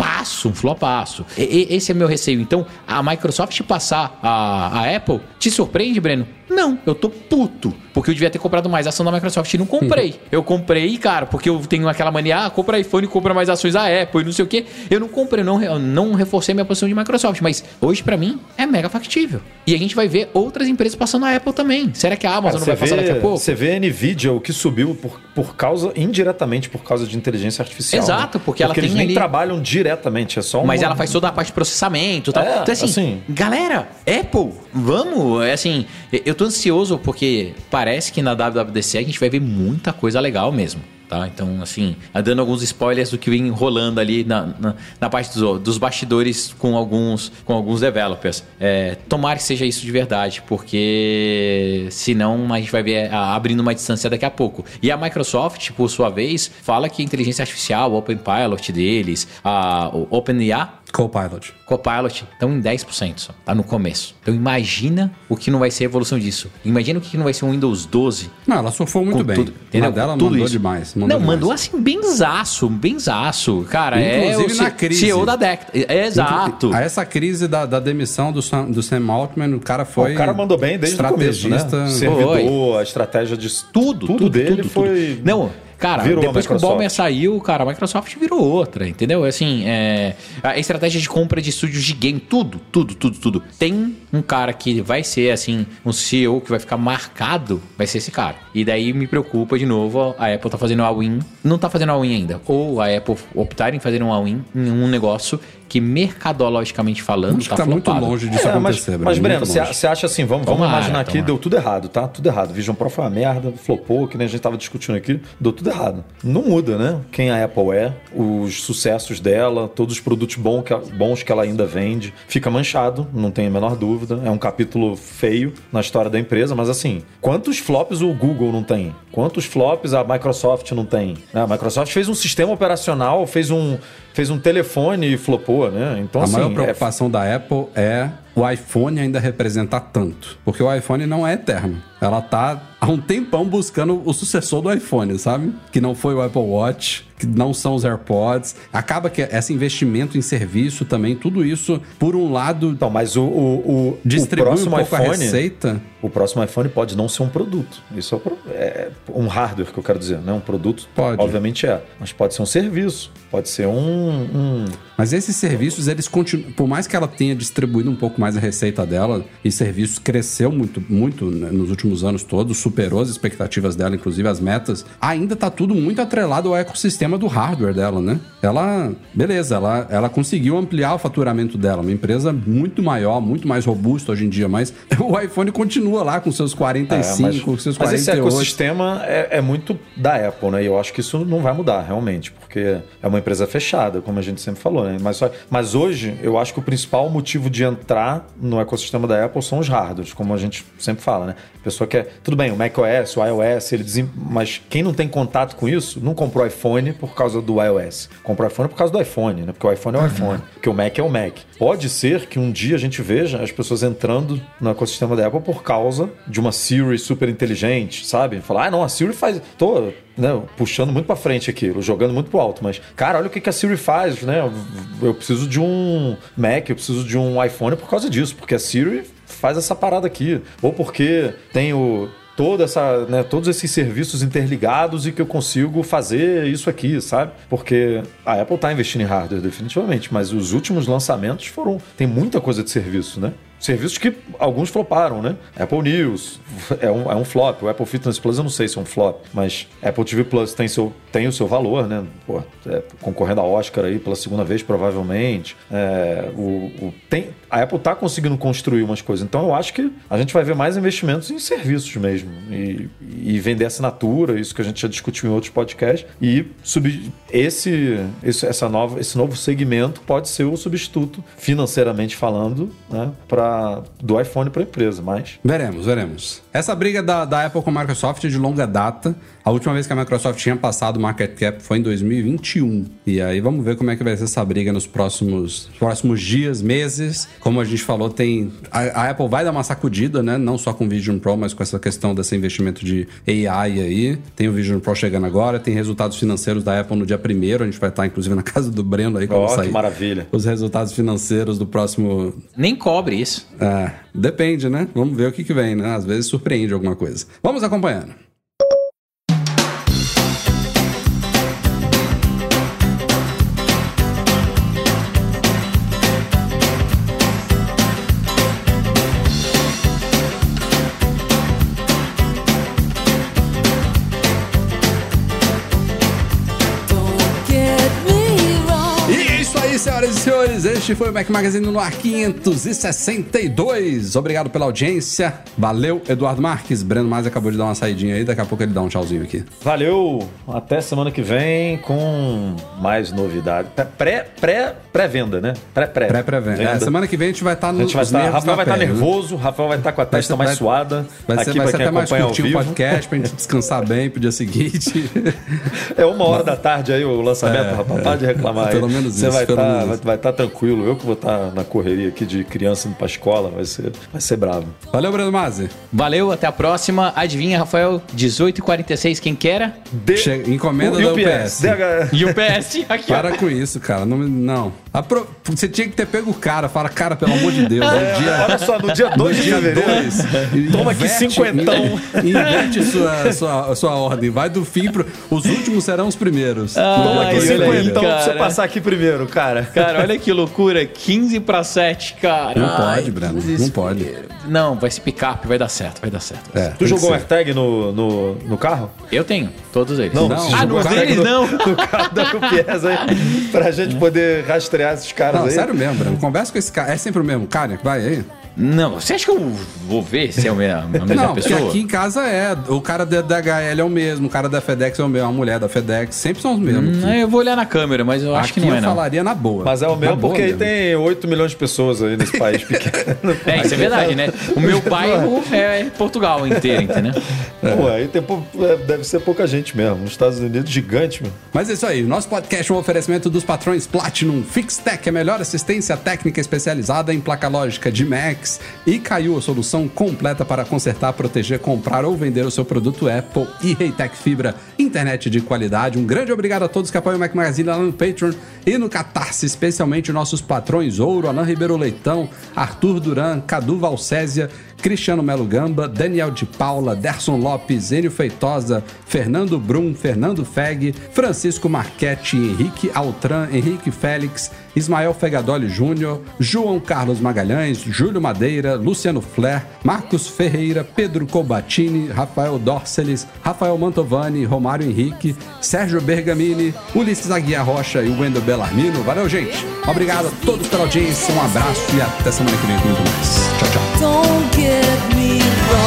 flopaço. Esse é meu receio. Então, a Microsoft passar a Apple, te surpreende, Breno? Não, eu tô puto. Porque eu devia ter comprado mais ação da Microsoft e não comprei. Eu comprei, cara, porque eu tenho aquela mania, compra iPhone compra mais ações da Apple e não sei o quê. Eu não comprei, eu não reforcei minha posição de Microsoft, mas hoje pra mim é mega factível. E a gente vai ver outras empresas passando a Apple também. Será que a Amazon não vai passar daqui a pouco? Você vê a Nvidia, o que subiu indiretamente por causa de inteligência artificial. Exato, né? porque ela tem eles nem ali... trabalham diretamente, é só Mas ela faz toda a parte de processamento e tal. Então, assim, galera, Apple, vamos. É assim, eu tô ansioso porque parece que na WWDC a gente vai ver muita coisa legal mesmo. Tá? Então, assim, dando alguns spoilers do que vem rolando ali na parte dos bastidores com alguns developers. Tomara que seja isso de verdade, porque senão a gente vai ver abrindo uma distância daqui a pouco. E a Microsoft, por sua vez, fala que a inteligência artificial, o Open Pilot deles, o OpenAI, Copilot, estão em 10% só, tá no começo. Então imagina o que não vai ser a evolução disso. Imagina o que não vai ser um Windows 12. Não, ela surfou muito bem. Entendeu? Dela tudo mandou isso. demais. Mandou assim, benzaço. Cara, inclusive na crise. CEO da década. Exato. Essa crise da demissão do Sam Altman, o cara foi... O cara mandou bem desde o começo, né? Servidor, a estratégia de... Tudo dele foi... Não... Cara, depois que o Ballmer saiu, cara, a Microsoft virou outra, entendeu? Assim, a estratégia de compra de estúdios de game, tudo. Tem um cara que vai ser, assim, um CEO que vai ficar marcado, vai ser esse cara. E daí me preocupa, de novo, a Apple tá fazendo all-in, não tá fazendo all-in ainda. Ou a Apple optar em fazer um all-in em um negócio que, mercadologicamente falando, acho que tá muito longe disso acontecer, mas Breno, você acha assim, vamos imaginar aqui, deu tudo errado, tá? Tudo errado. Vision Pro foi uma merda, flopou, que nem a gente tava discutindo aqui, deu tudo errado. Não muda, né? Quem a Apple os sucessos dela, todos os produtos bons que ela ainda vende, fica manchado, não tem a menor dúvida. É um capítulo feio na história da empresa, mas assim, quantos flops o Google não tem? Quantos flops a Microsoft não tem? A Microsoft fez um sistema operacional, fez um telefone e flopou, né? Então, a maior preocupação da Apple é o iPhone ainda representar tanto. Porque o iPhone não é eterno. Ela tá há um tempão buscando o sucessor do iPhone, sabe? Que não foi o Apple Watch, que não são os AirPods. Acaba que esse investimento em serviço também, tudo isso, por um lado... Então, mas o próximo iPhone, a receita... O próximo iPhone pode não ser um produto. Isso é um hardware que eu quero dizer, né? Um produto, pode. Obviamente mas pode ser um serviço, pode ser Mas esses serviços, eles continuam... Por mais que ela tenha distribuído um pouco mais a receita dela, e serviços cresceu muito né, nos últimos anos todos, superou as expectativas dela, inclusive as metas, ainda tá tudo muito atrelado ao ecossistema do hardware dela, né? Ela conseguiu ampliar o faturamento dela, uma empresa muito maior, muito mais robusta hoje em dia, mas o iPhone continua lá com seus 45, com seus 48. Mas esse ecossistema é muito da Apple, né? E eu acho que isso não vai mudar, realmente, porque é uma empresa fechada, como a gente sempre falou, né? Mas hoje, eu acho que o principal motivo de entrar no ecossistema da Apple são os hardwares, como a gente sempre fala, né? A pessoa quer... Tudo bem, o macOS, o iOS, mas quem não tem contato com isso, não comprou iPhone por causa do iOS. Comprou iPhone por causa do iPhone, né? Porque o iPhone é o iPhone, porque o Mac é o Mac. Pode ser que um dia a gente veja as pessoas entrando no ecossistema da Apple por causa de uma Siri super inteligente, sabe? Falar, não, a Siri faz... Tô, né, puxando muito pra frente aqui, jogando muito pro alto, mas, cara, olha o que a Siri faz, né? Eu preciso de um Mac, eu preciso de um iPhone por causa disso, porque a Siri faz essa parada aqui. Ou porque tem todos esses serviços interligados e que eu consigo fazer isso aqui, sabe? Porque a Apple tá investindo em hardware, definitivamente, mas os últimos lançamentos tem muita coisa de serviço, né? Serviços que alguns floparam, né? Apple News é um flop. O Apple Fitness Plus eu não sei se é um flop, mas Apple TV Plus tem o seu valor, né? Concorrendo a Oscar aí pela segunda vez, provavelmente. A Apple tá conseguindo construir umas coisas. Então eu acho que a gente vai ver mais investimentos em serviços mesmo. E vender assinatura, isso que a gente já discutiu em outros podcasts. E esse novo segmento pode ser o substituto, financeiramente falando, né? Do iPhone para a empresa, mas... Veremos. Essa briga da Apple com a Microsoft é de longa data. A última vez que a Microsoft tinha passado o market cap foi em 2021. E aí vamos ver como é que vai ser essa briga nos próximos dias, meses. Como a gente falou, a Apple vai dar uma sacudida, né? Não só com o Vision Pro, mas com essa questão desse investimento de AI aí. Tem o Vision Pro chegando agora, tem resultados financeiros da Apple no dia 1º. A gente vai estar, inclusive, na casa do Breno aí quando sair. Que maravilha. Os resultados financeiros do próximo... Nem cobre isso. Depende, né? Vamos ver o que vem, né? Às vezes surpreende alguma coisa. Vamos acompanhando. Senhoras e senhores, este foi o Mac Magazine no ar 562. Obrigado pela audiência. Valeu, Eduardo Marques. Breno Masi acabou de dar uma saidinha aí, daqui a pouco ele dá um tchauzinho aqui. Valeu, até semana que vem com mais novidade. Pré-venda, né? Pré-venda. Semana que vem a gente vai estar no Rafael vai estar nervoso, Rafael vai estar com a testa mais suada. Vai ser até mais curtinho o podcast pra gente descansar bem pro dia seguinte. É 1h da tarde aí o lançamento, rapaz. Para de reclamar aí. Pelo menos você isso. Vai estar tranquilo. Eu que vou estar na correria aqui de criança indo pra escola, vai ser bravo. Valeu, Breno Masi. Valeu, até a próxima. Adivinha, Rafael, 18h46, quem que era? Encomenda da UPS. E UPS aqui. Para com isso, cara. Não. Você tinha que ter pego o cara. Fala, cara, pelo amor de Deus. Olha só, no dia 2 de fevereiro. Toma aqui 50. Inverte sua ordem. Vai do fim pro... Os últimos serão os primeiros. Toma aqui 50 pra você cara. passar aqui primeiro, cara. Cara, olha que loucura. 15/7, cara. Não pode, Breno. Não pode. Não, vai ser picape, vai dar certo. Tu jogou um AirTag no carro? Eu tenho, todos eles. Não. Nos deles não. No carro da UPS aí, pra gente poder rastrear esses caras Não, aí. sério mesmo, Breno. Conversa com esse cara. É sempre o mesmo cara que vai aí? Não, você acha que eu vou ver se é a mesma Não, pessoa? porque aqui em casa o cara da DHL é o mesmo, o cara da FedEx é o mesmo, a mulher da FedEx, sempre são os mesmos. Eu vou olhar na câmera, mas eu acho que não é, eu não. falaria na boa. Mas é o mesmo Na boa porque aí mesmo. tem 8 milhões de pessoas aí nesse país pequeno. Isso é verdade, né? O meu bairro é Portugal inteiro, entendeu? Pô, aí deve ser pouca gente mesmo. Nos Estados Unidos, gigante, mano. Mas é isso aí, nosso podcast é um oferecimento dos patrões Platinum, Fixtech, a melhor assistência técnica especializada em placa lógica de Macs, e Caiu, a solução completa para consertar, proteger, comprar ou vender o seu produto Apple, e Reitec Fibra, internet de qualidade. Um grande obrigado a todos que apoiam o Mac Magazine lá no Patreon e no Catarse, especialmente nossos patrões Ouro, Alain Ribeiro Leitão, Arthur Duran, Cadu Valcésia, Cristiano Melo Gamba, Daniel de Paula, Derson Lopes, Enio Feitosa, Fernando Brum, Fernando Feg, Francisco Marchetti, Henrique Altran, Henrique Félix, Ismael Fegadoli Júnior, João Carlos Magalhães, Júlio Madeira, Luciano Flair, Marcos Ferreira, Pedro Colbatini, Rafael Dorceles, Rafael Mantovani, Romário Henrique, Sérgio Bergamini, Ulisses Aguiar Rocha e Wendel Bellarmino. Valeu, gente. Obrigado a todos pela audiência, um abraço e até semana que vem com muito mais. Tchau, tchau. Don't get me wrong.